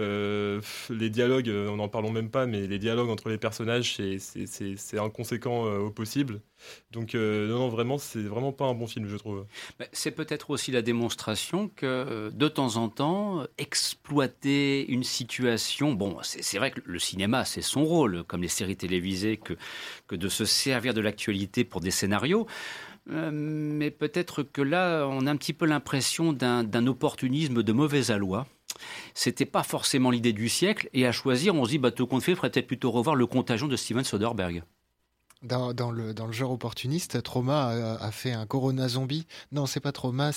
Speaker 4: Les dialogues, on n'en parlons même pas, mais les dialogues entre les personnages, c'est inconséquent au possible. Donc non, vraiment, c'est vraiment pas un bon film, je trouve.
Speaker 3: C'est peut-être aussi la démonstration que de temps en temps, exploiter une situation, bon, c'est vrai que le cinéma, c'est son rôle, comme les séries télévisées, que de se servir de l'actualité pour des scénarios. Mais peut-être que là, on a un petit peu l'impression d'un opportunisme de mauvais aloi. C'était pas forcément l'idée du siècle, et à choisir, on se dit, tout compte fait, il faudrait peut-être plutôt revoir Le Contagion de Steven Soderbergh.
Speaker 5: Dans le genre opportuniste, Trauma a fait un Corona Zombie. Non, c'est pas Trauma,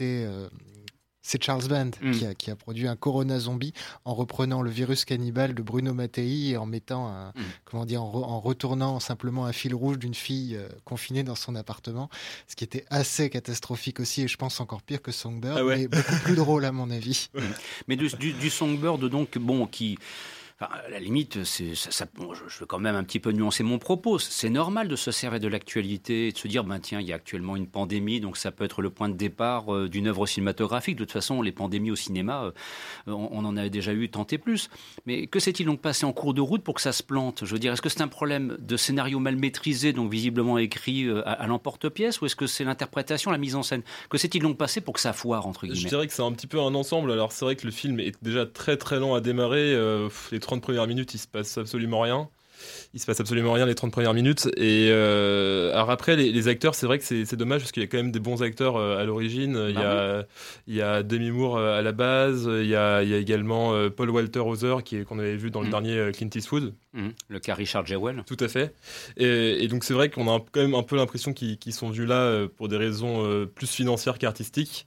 Speaker 5: c'est Charles Band qui a produit un Corona Zombie en reprenant le virus cannibale de Bruno Mattei et en mettant en retournant simplement un fil rouge d'une fille confinée dans son appartement, ce qui était assez catastrophique aussi et je pense encore pire que Songbird, mais beaucoup plus drôle à mon avis.
Speaker 3: Mais du Songbird donc qui... Enfin, à la limite, je veux quand même un petit peu nuancer mon propos. C'est normal de se servir de l'actualité et de se dire, tiens, il y a actuellement une pandémie, donc ça peut être le point de départ d'une œuvre cinématographique. De toute façon, les pandémies au cinéma, on en a déjà eu tant et plus. Mais que s'est-il donc passé en cours de route pour que ça se plante ? Je veux dire, est-ce que c'est un problème de scénario mal maîtrisé, donc visiblement écrit à l'emporte-pièce, ou est-ce que c'est l'interprétation, la mise en scène ? Que s'est-il donc passé pour que ça foire, entre guillemets ?
Speaker 4: Je dirais que c'est un petit peu un ensemble. Alors c'est vrai que le film est déjà très très lent à démarrer. Les 30 premières minutes, il se passe absolument rien. Les 30 premières minutes. Et alors après, les acteurs, c'est vrai que c'est dommage parce qu'il y a quand même des bons acteurs à l'origine. Il y a Demi Moore à la base. Il y a également Paul Walter Hauser qu'on avait vu dans le dernier Clint Eastwood.
Speaker 3: Le cas Richard Jewell.
Speaker 4: Tout à fait. Et donc c'est vrai qu'on a quand même un peu l'impression qu'ils sont vus là pour des raisons plus financières qu'artistiques.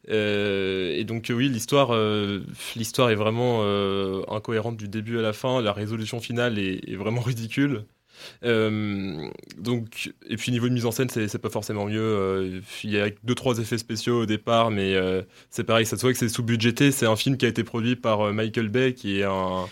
Speaker 4: Et donc oui, l'histoire est vraiment incohérente du début à la fin. La résolution finale est vraiment ridicule. Donc, et puis niveau de mise en scène, c'est pas forcément mieux. Il y a 2-3 effets spéciaux au départ, mais c'est pareil, ça se voit que c'est sous-budgété. C'est un film qui a été produit par Michael Bay, qui est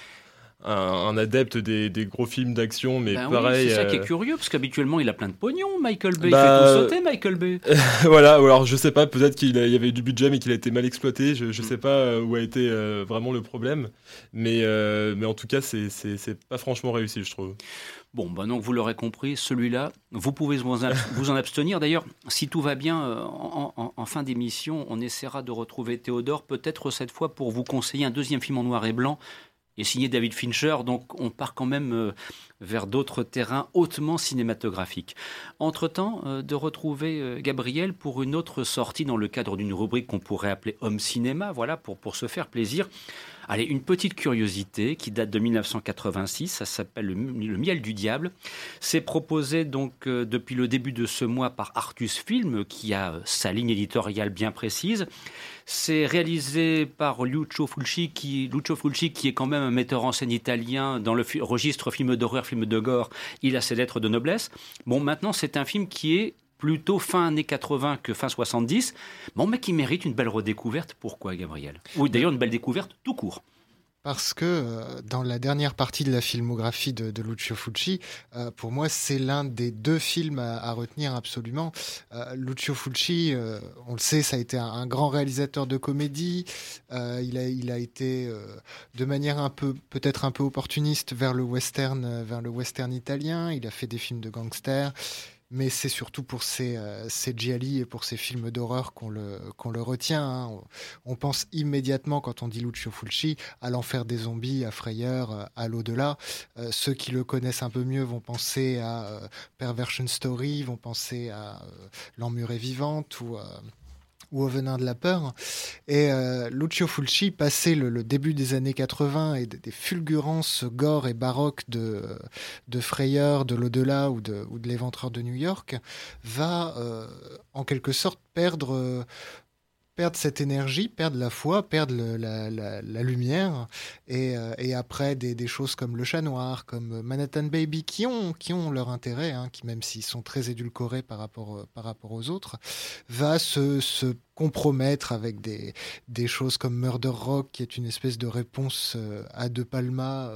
Speaker 4: un adepte des gros films d'action, mais pareil.
Speaker 3: Oui, c'est ça qui est curieux, parce qu'habituellement il a plein de pognon, Michael Bay. Il fait tout sauter, Michael Bay.
Speaker 4: Voilà, alors je sais pas, peut-être qu'il y avait du budget, mais qu'il a été mal exploité. Je sais pas où a été vraiment le problème, mais en tout cas, c'est pas franchement réussi, je trouve.
Speaker 3: Bon, donc vous l'aurez compris, celui-là, vous pouvez vous en abstenir. D'ailleurs, si tout va bien, en fin d'émission, on essaiera de retrouver Théodore, peut-être cette fois pour vous conseiller un deuxième film en noir et blanc, et signé David Fincher, donc on part quand même vers d'autres terrains hautement cinématographiques. Entre-temps, de retrouver Gabriel pour une autre sortie dans le cadre d'une rubrique qu'on pourrait appeler Homme Cinéma, voilà, pour se faire plaisir. Allez, une petite curiosité qui date de 1986, ça s'appelle le Miel du Diable. C'est proposé donc depuis le début de ce mois par Artus Film, qui a sa ligne éditoriale bien précise. C'est réalisé par Lucio Fulci, qui est quand même un metteur en scène italien dans le registre film d'horreur, film de gore. Il a ses lettres de noblesse. Bon, maintenant, c'est un film qui est plutôt fin années 80 que fin 70, mais qui mérite une belle redécouverte. Pourquoi, Gabriel ? Ou d'ailleurs une belle découverte tout court.
Speaker 5: Parce que dans la dernière partie de la filmographie de Lucio Fulci, pour moi, c'est l'un des 2 films à retenir absolument. Lucio Fulci, on le sait, ça a été un grand réalisateur de comédie. Il a été de manière peut-être un peu opportuniste vers le western italien. Il a fait des films de gangsters. Mais c'est surtout pour ses gialli et pour ses films d'horreur qu'on le retient. On pense immédiatement, quand on dit Lucio Fulci, à l'enfer des zombies, à Frayeur, à l'au-delà. Ceux qui le connaissent un peu mieux vont penser à Perversion Story, vont penser à L'Emmurée vivante ou Au venin de la peur. Et Lucio Fulci, passé le début des années 80 et des fulgurances gore et baroques de Frayeur, de l'au-delà ou de L'éventreur de New York, va en quelque sorte perdre cette énergie, perdent la foi, perdent la lumière, et après des choses comme Le Chat Noir, comme Manhattan Baby, qui ont leur intérêt, hein, qui même s'ils sont très édulcorés par rapport aux autres, va se compromettre avec des choses comme Murder Rock, qui est une espèce de réponse à De Palma,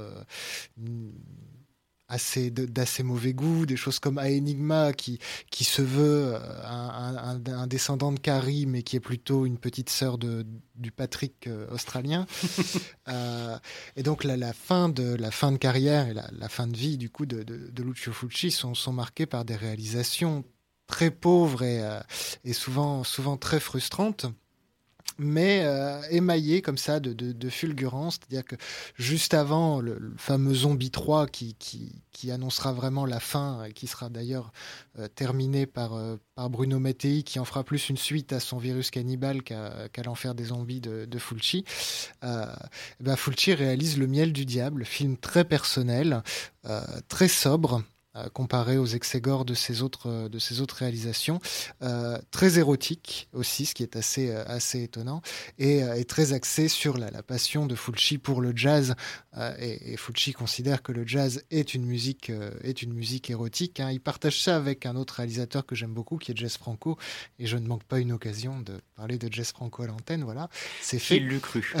Speaker 5: d'assez mauvais goût, des choses comme Enigma qui se veut un descendant de Carrie, mais qui est plutôt une petite sœur du Patrick australien. Et donc la fin de carrière et la fin de vie du coup de Lucio Fulci sont marquées par des réalisations très pauvres et souvent très frustrantes, mais émaillé comme ça de fulgurance, c'est-à-dire que juste avant le fameux Zombie 3 qui annoncera vraiment la fin, qui sera d'ailleurs terminé par Bruno Mattei, qui en fera plus une suite à son virus cannibale qu'à l'enfer des zombies de Fulci. Fulci réalise Le Miel du Diable, film très personnel, très sobre, comparé aux excès-gore de ses autres réalisations, très érotique aussi, ce qui est assez étonnant, et très axé sur la passion de Fulci pour le jazz, et Fulci considère que le jazz est une musique érotique, hein. Il partage ça avec un autre réalisateur que j'aime beaucoup, qui est Jess Franco, et je ne manque pas une occasion de parler de Jess Franco à l'antenne. Voilà, c'est fait.
Speaker 3: Il l'eût cru.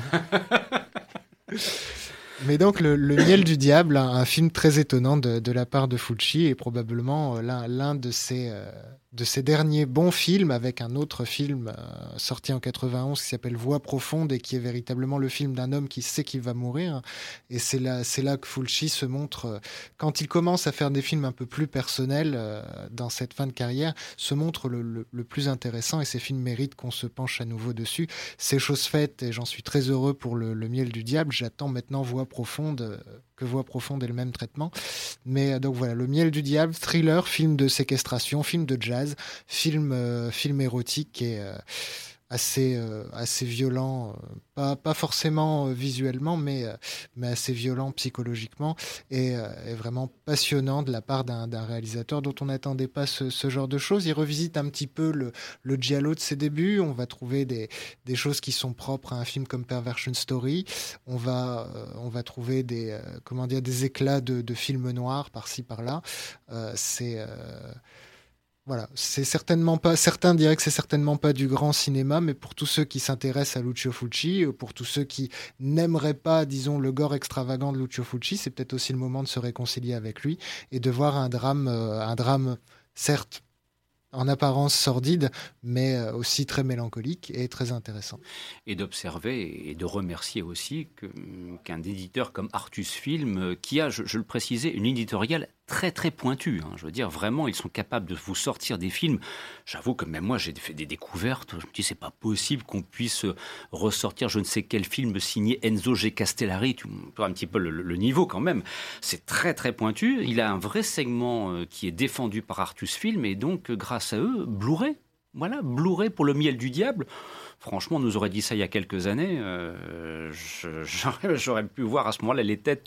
Speaker 5: Mais donc le Miel du Diable, un film très étonnant de la part de Fulci, est probablement l'un de ses derniers bons films, avec un autre film sorti en 91 qui s'appelle Voix profonde, et qui est véritablement le film d'un homme qui sait qu'il va mourir. Et c'est là que Fulci se montre, quand il commence à faire des films un peu plus personnels dans cette fin de carrière, se montre le plus intéressant, et ces films méritent qu'on se penche à nouveau dessus. C'est chose faite, et j'en suis très heureux pour le Miel du Diable. J'attends maintenant Voix profonde, que Voix profonde ait le même traitement. Mais donc voilà, Le Miel du Diable, thriller, film de séquestration, film de jazz, film érotique, et assez violent, pas forcément visuellement, mais assez violent psychologiquement, et vraiment passionnant de la part d'un réalisateur dont on n'attendait pas ce genre de choses. Il revisite un petit peu le giallo de ses débuts. On va trouver des choses qui sont propres à un film comme Perversion Story. On va trouver des éclats de films noirs par-ci par-là. Voilà, c'est certainement pas. Certains diraient que c'est certainement pas du grand cinéma, mais pour tous ceux qui s'intéressent à Lucio Fulci, pour tous ceux qui n'aimeraient pas, disons, le gore extravagant de Lucio Fulci, c'est peut-être aussi le moment de se réconcilier avec lui et de voir un drame, certes en apparence sordide, mais aussi très mélancolique et très intéressant.
Speaker 3: Et d'observer et de remercier aussi qu'un éditeur comme Artus Film, qui a, je le précisais, une éditoriale très très pointue, hein. Je veux dire, vraiment, ils sont capables de vous sortir des films. J'avoue que même moi, j'ai fait des découvertes. Je me dis, c'est pas possible qu'on puisse ressortir je ne sais quel film signé Enzo G. Castellari. Tu vois un petit peu le niveau quand même. C'est très très pointu. Il a un vrai segment qui est défendu par Artus Film, et donc, grâce à eux, Blu-ray. Voilà, Blu-ray pour Le Miel du Diable. Franchement, on nous aurait dit ça il y a quelques années. J'aurais pu voir à ce moment-là les têtes,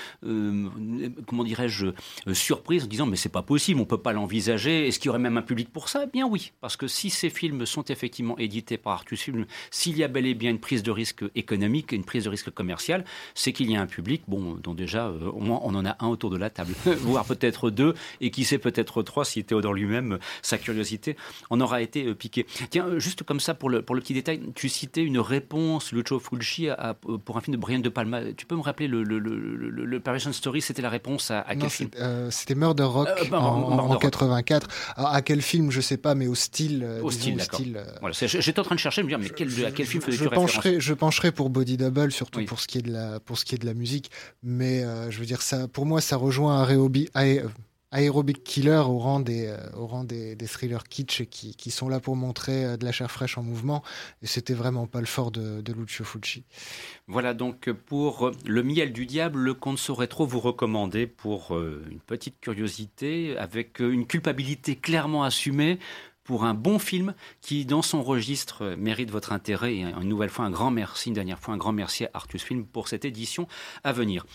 Speaker 3: surprises, en disant mais c'est pas possible, on peut pas l'envisager. Est-ce qu'il y aurait même un public pour ça ? Eh bien oui, parce que si ces films sont effectivement édités par Artus Film, s'il y a bel et bien une prise de risque économique, une prise de risque commercial, c'est qu'il y a un public, dont déjà au moins on en a un autour de la table, voire peut-être deux, et qui sait peut-être trois si Théodore lui-même, sa curiosité en aura été piquée. Tiens, juste comme ça pour le petit détail, tu citais une réponse, Lucio Fulci, pour un film de Brian De Palma. Tu peux me rappeler le Perversion Story, c'était la réponse à quel film ?
Speaker 5: C'était Murder Rock en 84. Alors, à quel film, je sais pas, mais au style.
Speaker 3: Au style, d'accord. Voilà, j'étais en train de chercher, me dire, mais à quel film faisais-tu référence ?
Speaker 5: Je pencherai pour Body Double, surtout pour ce qui est de la musique. Mais je veux dire, ça, pour moi, ça rejoint Aerobic Killer au rang des thrillers kitsch qui sont là pour montrer de la chair fraîche en mouvement, et c'était vraiment pas le fort de Lucio Fulci.
Speaker 3: Voilà donc pour Le Miel du Diable, qu'on ne saurait trop vous recommander pour une petite curiosité, avec une culpabilité clairement assumée, pour un bon film qui, dans son registre, mérite votre intérêt. Et une nouvelle fois, une dernière fois, un grand merci à Artus Film pour cette édition à venir.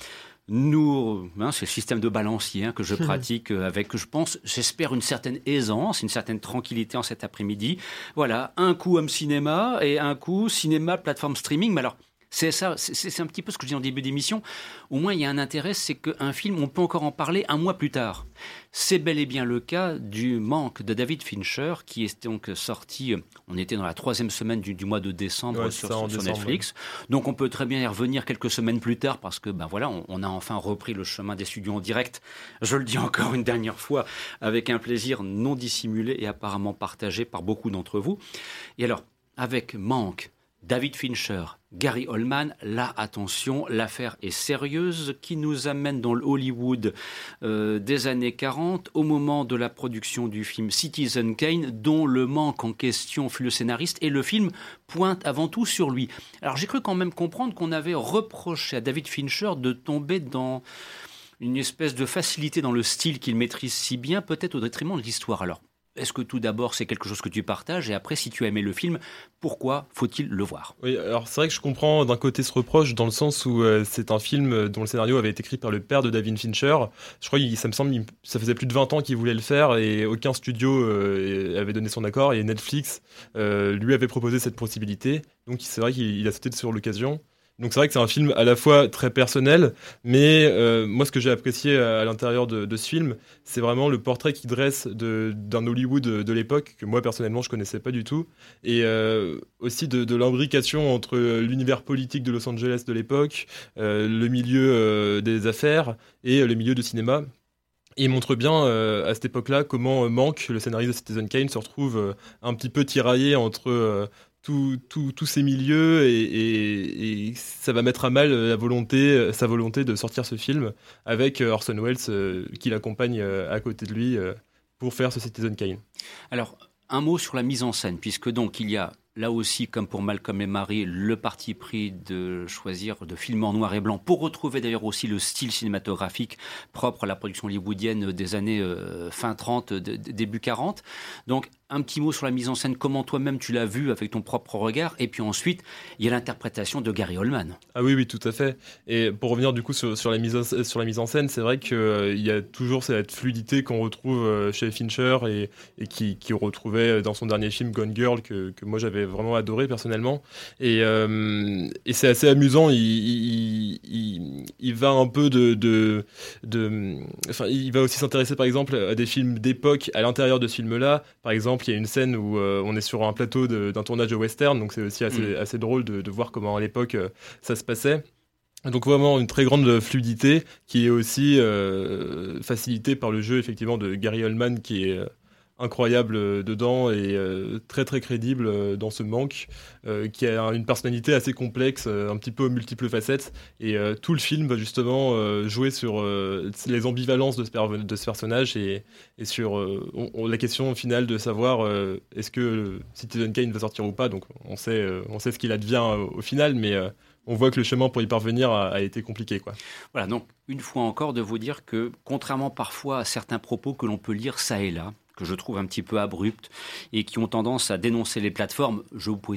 Speaker 3: c'est le système de balancier que je pratique avec, j'espère, une certaine aisance, une certaine tranquillité en cet après-midi. Voilà, un coup home cinéma et un coup cinéma plateforme streaming. Mais alors, c'est ça, c'est un petit peu ce que je dis en début d'émission. Au moins, il y a un intérêt, c'est qu'un film, on peut encore en parler un mois plus tard. C'est bel et bien le cas du Manque de David Fincher, qui est donc sorti, on était dans la 3e semaine du mois de décembre sur Netflix. Ouais. Donc on peut très bien y revenir quelques semaines plus tard, parce que on a enfin repris le chemin des studios en direct. Je le dis encore une dernière fois, avec un plaisir non dissimulé et apparemment partagé par beaucoup d'entre vous. Et alors, avec Manque, David Fincher, Gary Oldman, là, attention, l'affaire est sérieuse, qui nous amène dans le Hollywood des années 40, au moment de la production du film Citizen Kane, dont le Manque en question fut le scénariste, et le film pointe avant tout sur lui. Alors j'ai cru quand même comprendre qu'on avait reproché à David Fincher de tomber dans une espèce de facilité dans le style qu'il maîtrise si bien, peut-être au détriment de l'histoire. Alors, est-ce que tout d'abord c'est quelque chose que tu partages, et après, si tu as aimé le film, pourquoi faut-il le voir ?
Speaker 4: Oui, alors c'est vrai que je comprends d'un côté ce reproche, dans le sens où c'est un film dont le scénario avait été écrit par le père de David Fincher. Je crois, ça me semble, ça faisait plus de 20 ans qu'il voulait le faire, et aucun studio avait donné son accord, et Netflix lui avait proposé cette possibilité. Donc c'est vrai qu'il a sauté sur l'occasion. Donc c'est vrai que c'est un film à la fois très personnel, mais moi ce que j'ai apprécié à l'intérieur de ce film, c'est vraiment le portrait qu'il dresse d'un Hollywood de l'époque, que moi personnellement je connaissais pas du tout, et aussi de l'imbrication entre l'univers politique de Los Angeles de l'époque, le milieu des affaires et le milieu du cinéma. Et il montre bien à cette époque-là comment Manque, le scénariste de Citizen Kane, se retrouve un petit peu tiraillé entre tous ces milieux, et ça va mettre à mal sa volonté de sortir ce film, avec Orson Welles qui l'accompagne à côté de lui pour faire ce Citizen Kane.
Speaker 3: Alors, un mot sur la mise en scène, puisque donc il y a là aussi, comme pour Malcolm et Marie, le parti pris de choisir de filmer en noir et blanc, pour retrouver d'ailleurs aussi le style cinématographique propre à la production hollywoodienne des années fin 30, début 40. Donc, un petit mot sur la mise en scène, comment toi-même tu l'as vu avec ton propre regard, et puis ensuite, il y a l'interprétation de Gary Oldman.
Speaker 4: Ah oui, tout à fait. Et pour revenir du coup sur la mise en scène, c'est vrai qu'il y a toujours cette fluidité qu'on retrouve chez Fincher, et qui retrouvait dans son dernier film Gone Girl, que moi j'avais vraiment adoré personnellement. Et c'est assez amusant, il va un peu enfin, il va aussi s'intéresser par exemple à des films d'époque à l'intérieur de ce film-là. Par exemple, il y a une scène où on est sur un plateau d'un tournage de western, donc c'est aussi assez drôle de voir comment à l'époque ça se passait. Donc vraiment une très grande fluidité, qui est aussi facilitée par le jeu effectivement de Gary Oldman, qui est incroyable dedans, et très très crédible dans ce Manque, qui a une personnalité assez complexe, un petit peu aux multiples facettes, et tout le film va justement jouer sur les ambivalences de ce personnage, et sur la question finale de savoir est-ce que Citizen Kane va sortir ou pas. Donc on sait ce qu'il advient au final, mais on voit que le chemin pour y parvenir a été compliqué, quoi.
Speaker 3: Voilà, donc une fois encore de vous dire que, contrairement parfois à certains propos que l'on peut lire ça et là, que je trouve un petit peu abruptes et qui ont tendance à dénoncer les plateformes, je vous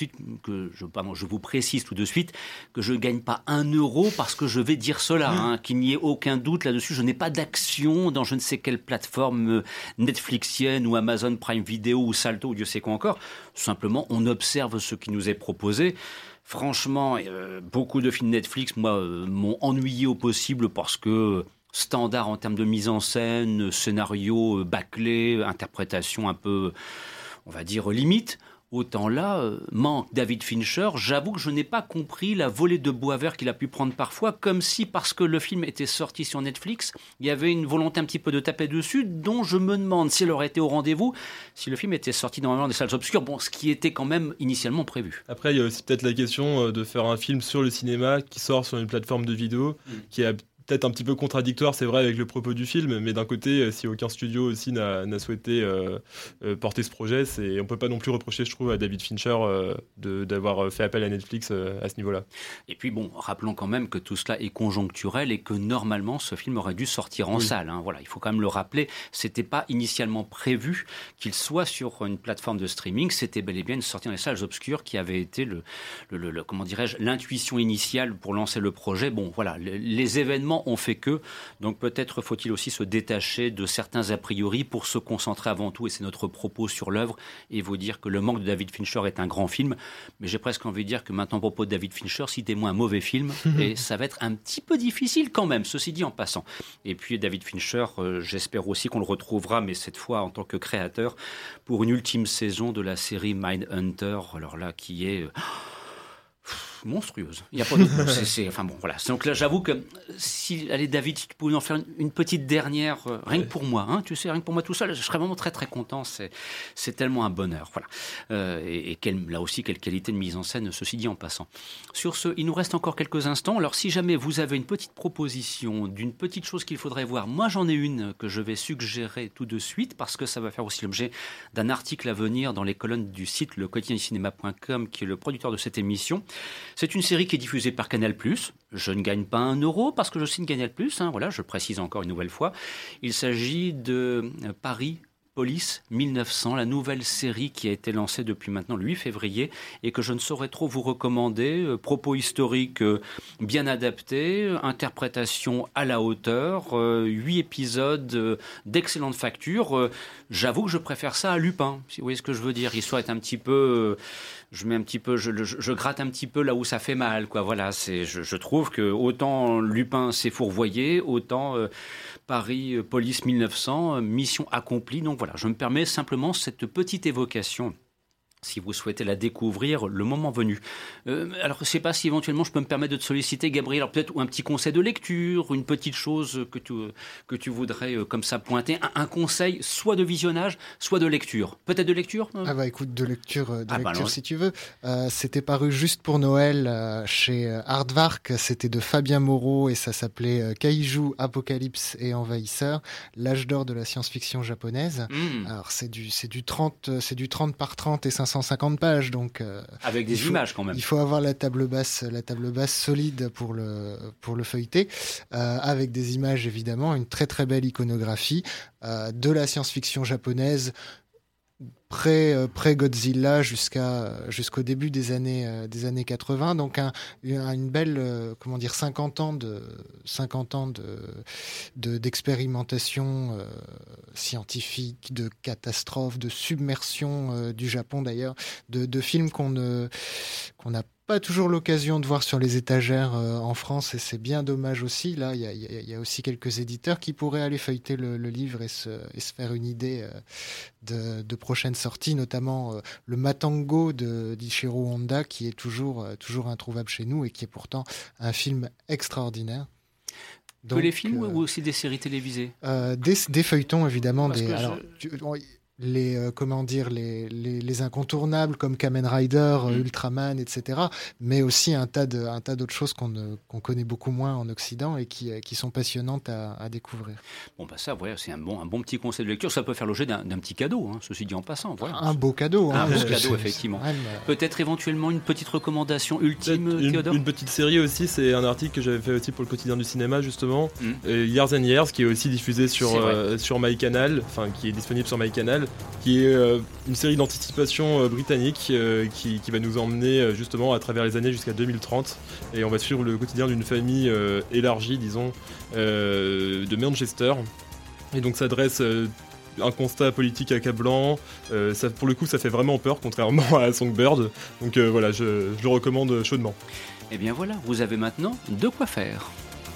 Speaker 3: précise tout de suite que je ne gagne pas 1 euro parce que je vais dire cela, qu'il n'y ait aucun doute là-dessus. Je n'ai pas d'action dans je ne sais quelle plateforme Netflixienne ou Amazon Prime Video ou Salto ou Dieu sait quoi encore. Simplement, on observe ce qui nous est proposé. Franchement, beaucoup de films Netflix, moi, m'ont ennuyé au possible, parce que standard en termes de mise en scène, scénario bâclé, interprétation un peu, on va dire, limite. Autant là, Manque David Fincher, j'avoue que je n'ai pas compris la volée de bois vert qu'il a pu prendre parfois, comme si, parce que le film était sorti sur Netflix, il y avait une volonté un petit peu de taper dessus, dont je me demande si elle aurait été au rendez-vous si le film était sorti normalement des salles obscures, ce qui était quand même initialement prévu.
Speaker 4: Après, il y a aussi peut-être la question de faire un film sur le cinéma qui sort sur une plateforme de vidéo, qui a peut-être un petit peu contradictoire, c'est vrai, avec le propos du film, mais d'un côté, si aucun studio aussi n'a souhaité porter ce projet, on peut pas non plus reprocher, je trouve, à David Fincher d'avoir fait appel à Netflix à ce niveau-là.
Speaker 3: Et puis rappelons quand même que tout cela est conjoncturel, et que normalement ce film aurait dû sortir en salle. Voilà, il faut quand même le rappeler, c'était pas initialement prévu qu'il soit sur une plateforme de streaming, c'était bel et bien une sortie dans les salles obscures qui avait été comment dirais-je, l'intuition initiale pour lancer le projet. Voilà, les événements temps, on fait que. Donc peut-être faut-il aussi se détacher de certains a priori pour se concentrer avant tout, et c'est notre propos sur l'œuvre, et vous dire que Le Manque de David Fincher est un grand film. Mais j'ai presque envie de dire que maintenant, à propos de David Fincher, citez-moi un mauvais film, et ça va être un petit peu difficile quand même, ceci dit en passant. Et puis David Fincher, j'espère aussi qu'on le retrouvera, mais cette fois en tant que créateur, pour une ultime saison de la série Mindhunter, alors là, qui est monstrueuse. Il n'y a pas d'autre mot. Enfin bon, voilà. Donc là, j'avoue que allez David, si tu pouvais en faire une petite dernière, rien que pour moi, hein, tu sais, rien que pour moi tout seul, je serais vraiment très très content. C'est tellement un bonheur, voilà. Et là aussi, quelle qualité de mise en scène, ceci dit en passant. Sur ce, il nous reste encore quelques instants. Alors si jamais vous avez une petite proposition d'une petite chose qu'il faudrait voir, moi j'en ai une que je vais suggérer tout de suite parce que ça va faire aussi l'objet d'un article à venir dans les colonnes du site lequotidienducinema.com qui est le producteur de cette émission. C'est une série qui est diffusée par Canal+. Je ne gagne pas 1 euro parce que je signe Canal+, hein, voilà, je le précise encore une nouvelle fois. Il s'agit de Paris Police 1900, la nouvelle série qui a été lancée depuis maintenant le 8 février et que je ne saurais trop vous recommander. Propos historiques bien adaptés, interprétation à la hauteur, 8 épisodes d'excellente facture. J'avoue que je préfère ça à Lupin, si vous voyez ce que je veux dire. L'histoire est un petit peu... je gratte un petit peu là où ça fait mal, quoi. Voilà, je trouve que autant Lupin s'est fourvoyé, autant Paris Police 1900, mission accomplie. Donc voilà, je me permets simplement cette petite évocation. Si vous souhaitez la découvrir, le moment venu. Alors, je ne sais pas si éventuellement je peux me permettre de te solliciter, Gabriel, alors peut-être un petit conseil de lecture, une petite chose que tu voudrais comme ça pointer, un conseil soit de visionnage, soit de lecture. Peut-être de lecture
Speaker 5: Ah bah écoute, de lecture si tu veux. C'était paru juste pour Noël chez Aardvark, c'était de Fabien Moreau et ça s'appelait Kaiju, Apocalypse et Envahisseur, l'âge d'or de la science-fiction japonaise. Alors c'est du 30 par 30 et 550 pages, donc
Speaker 3: avec des images quand même.
Speaker 5: Il faut avoir la table basse solide pour le feuilleter, avec des images évidemment, une très très belle iconographie de la science-fiction japonaise pré-Godzilla jusqu'au début des années 80, donc une belle 50 ans d'expérimentation scientifique, de catastrophe, de submersion du Japon d'ailleurs, de films qu'on n'a pas toujours l'occasion de voir sur les étagères en France, et c'est bien dommage aussi. Là, il y a aussi quelques éditeurs qui pourraient aller feuilleter le livre et se faire une idée de prochaines sorties, notamment le Matango d'Ichiro Honda, qui est toujours introuvable chez nous et qui est pourtant un film extraordinaire.
Speaker 3: Donc, que les films ou aussi des séries télévisées
Speaker 5: des feuilletons évidemment. Les incontournables comme Kamen Rider, Ultraman, etc. Mais aussi un tas d'autres choses qu'on connaît beaucoup moins en Occident et qui sont passionnantes à découvrir.
Speaker 3: Bon, bah ça, voilà, c'est un bon petit conseil de lecture. Ça peut faire l'objet d'un petit cadeau, hein, ceci dit en passant. Voilà.
Speaker 5: Un beau cadeau.
Speaker 3: Un beau cadeau, effectivement. Peut-être éventuellement une petite recommandation ultime, Théodore.
Speaker 4: Une petite série aussi, c'est un article que j'avais fait aussi pour le quotidien du cinéma, justement. Years and Years, qui est aussi diffusé sur MyCanal, enfin qui est disponible sur MyCanal, qui est une série d'anticipation britannique qui va nous emmener justement à travers les années jusqu'à 2030, et on va suivre le quotidien d'une famille élargie, disons, de Manchester, et donc ça dresse un constat politique accablant. Pour le coup, ça fait vraiment peur, contrairement à Songbird, donc voilà, je le recommande chaudement.
Speaker 3: Et bien voilà, vous avez maintenant de quoi faire.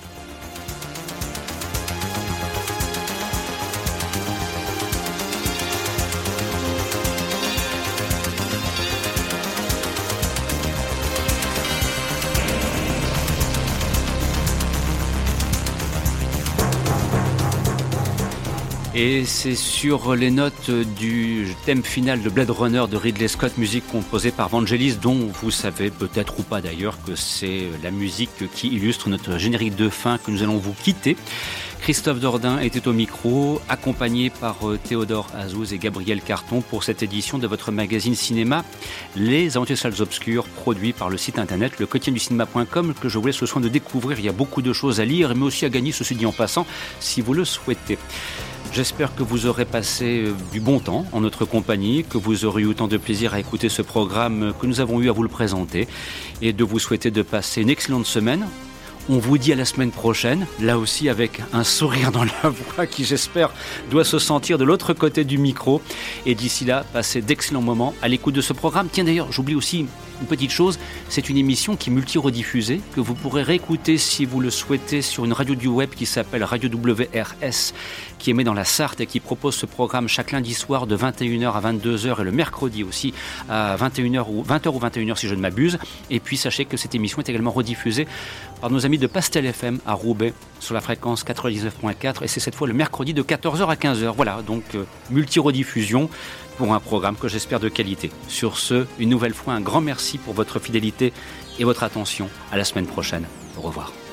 Speaker 3: Et c'est sur les notes du thème final de Blade Runner de Ridley Scott, musique composée par Vangelis, dont vous savez peut-être ou pas d'ailleurs que c'est la musique qui illustre notre générique de fin, que nous allons vous quitter. Christophe Dordain était au micro, accompagné par Théodore Azouz et Gabriel Carton pour cette édition de votre magazine cinéma Les Aventures des Salles Obscures, produit par le site internet lequotidienducinema.com, que je vous laisse le soin de découvrir. Il y a beaucoup de choses à lire, mais aussi à gagner, ceci dit en passant, si vous le souhaitez. J'espère que vous aurez passé du bon temps en notre compagnie, que vous aurez eu autant de plaisir à écouter ce programme que nous avons eu à vous le présenter, et de vous souhaiter de passer une excellente semaine. On vous dit à la semaine prochaine, là aussi avec un sourire dans la voix qui, j'espère, doit se sentir de l'autre côté du micro. Et d'ici là, passez d'excellents moments à l'écoute de ce programme. Tiens, d'ailleurs, j'oublie aussi une petite chose, c'est une émission qui est multi-rediffusée, que vous pourrez réécouter si vous le souhaitez sur une radio du web qui s'appelle Radio WRS, qui émet dans la Sarthe et qui propose ce programme chaque lundi soir de 21h à 22h et le mercredi aussi à 21h ou 20h ou 21h si je ne m'abuse. Et puis sachez que cette émission est également rediffusée par nos amis de Pastel FM à Roubaix sur la fréquence 99.4 et c'est cette fois le mercredi de 14h à 15h. Voilà, donc multi-rediffusion pour un programme que j'espère de qualité. Sur ce, une nouvelle fois, un grand merci pour votre fidélité et votre attention. À la semaine prochaine. Au revoir.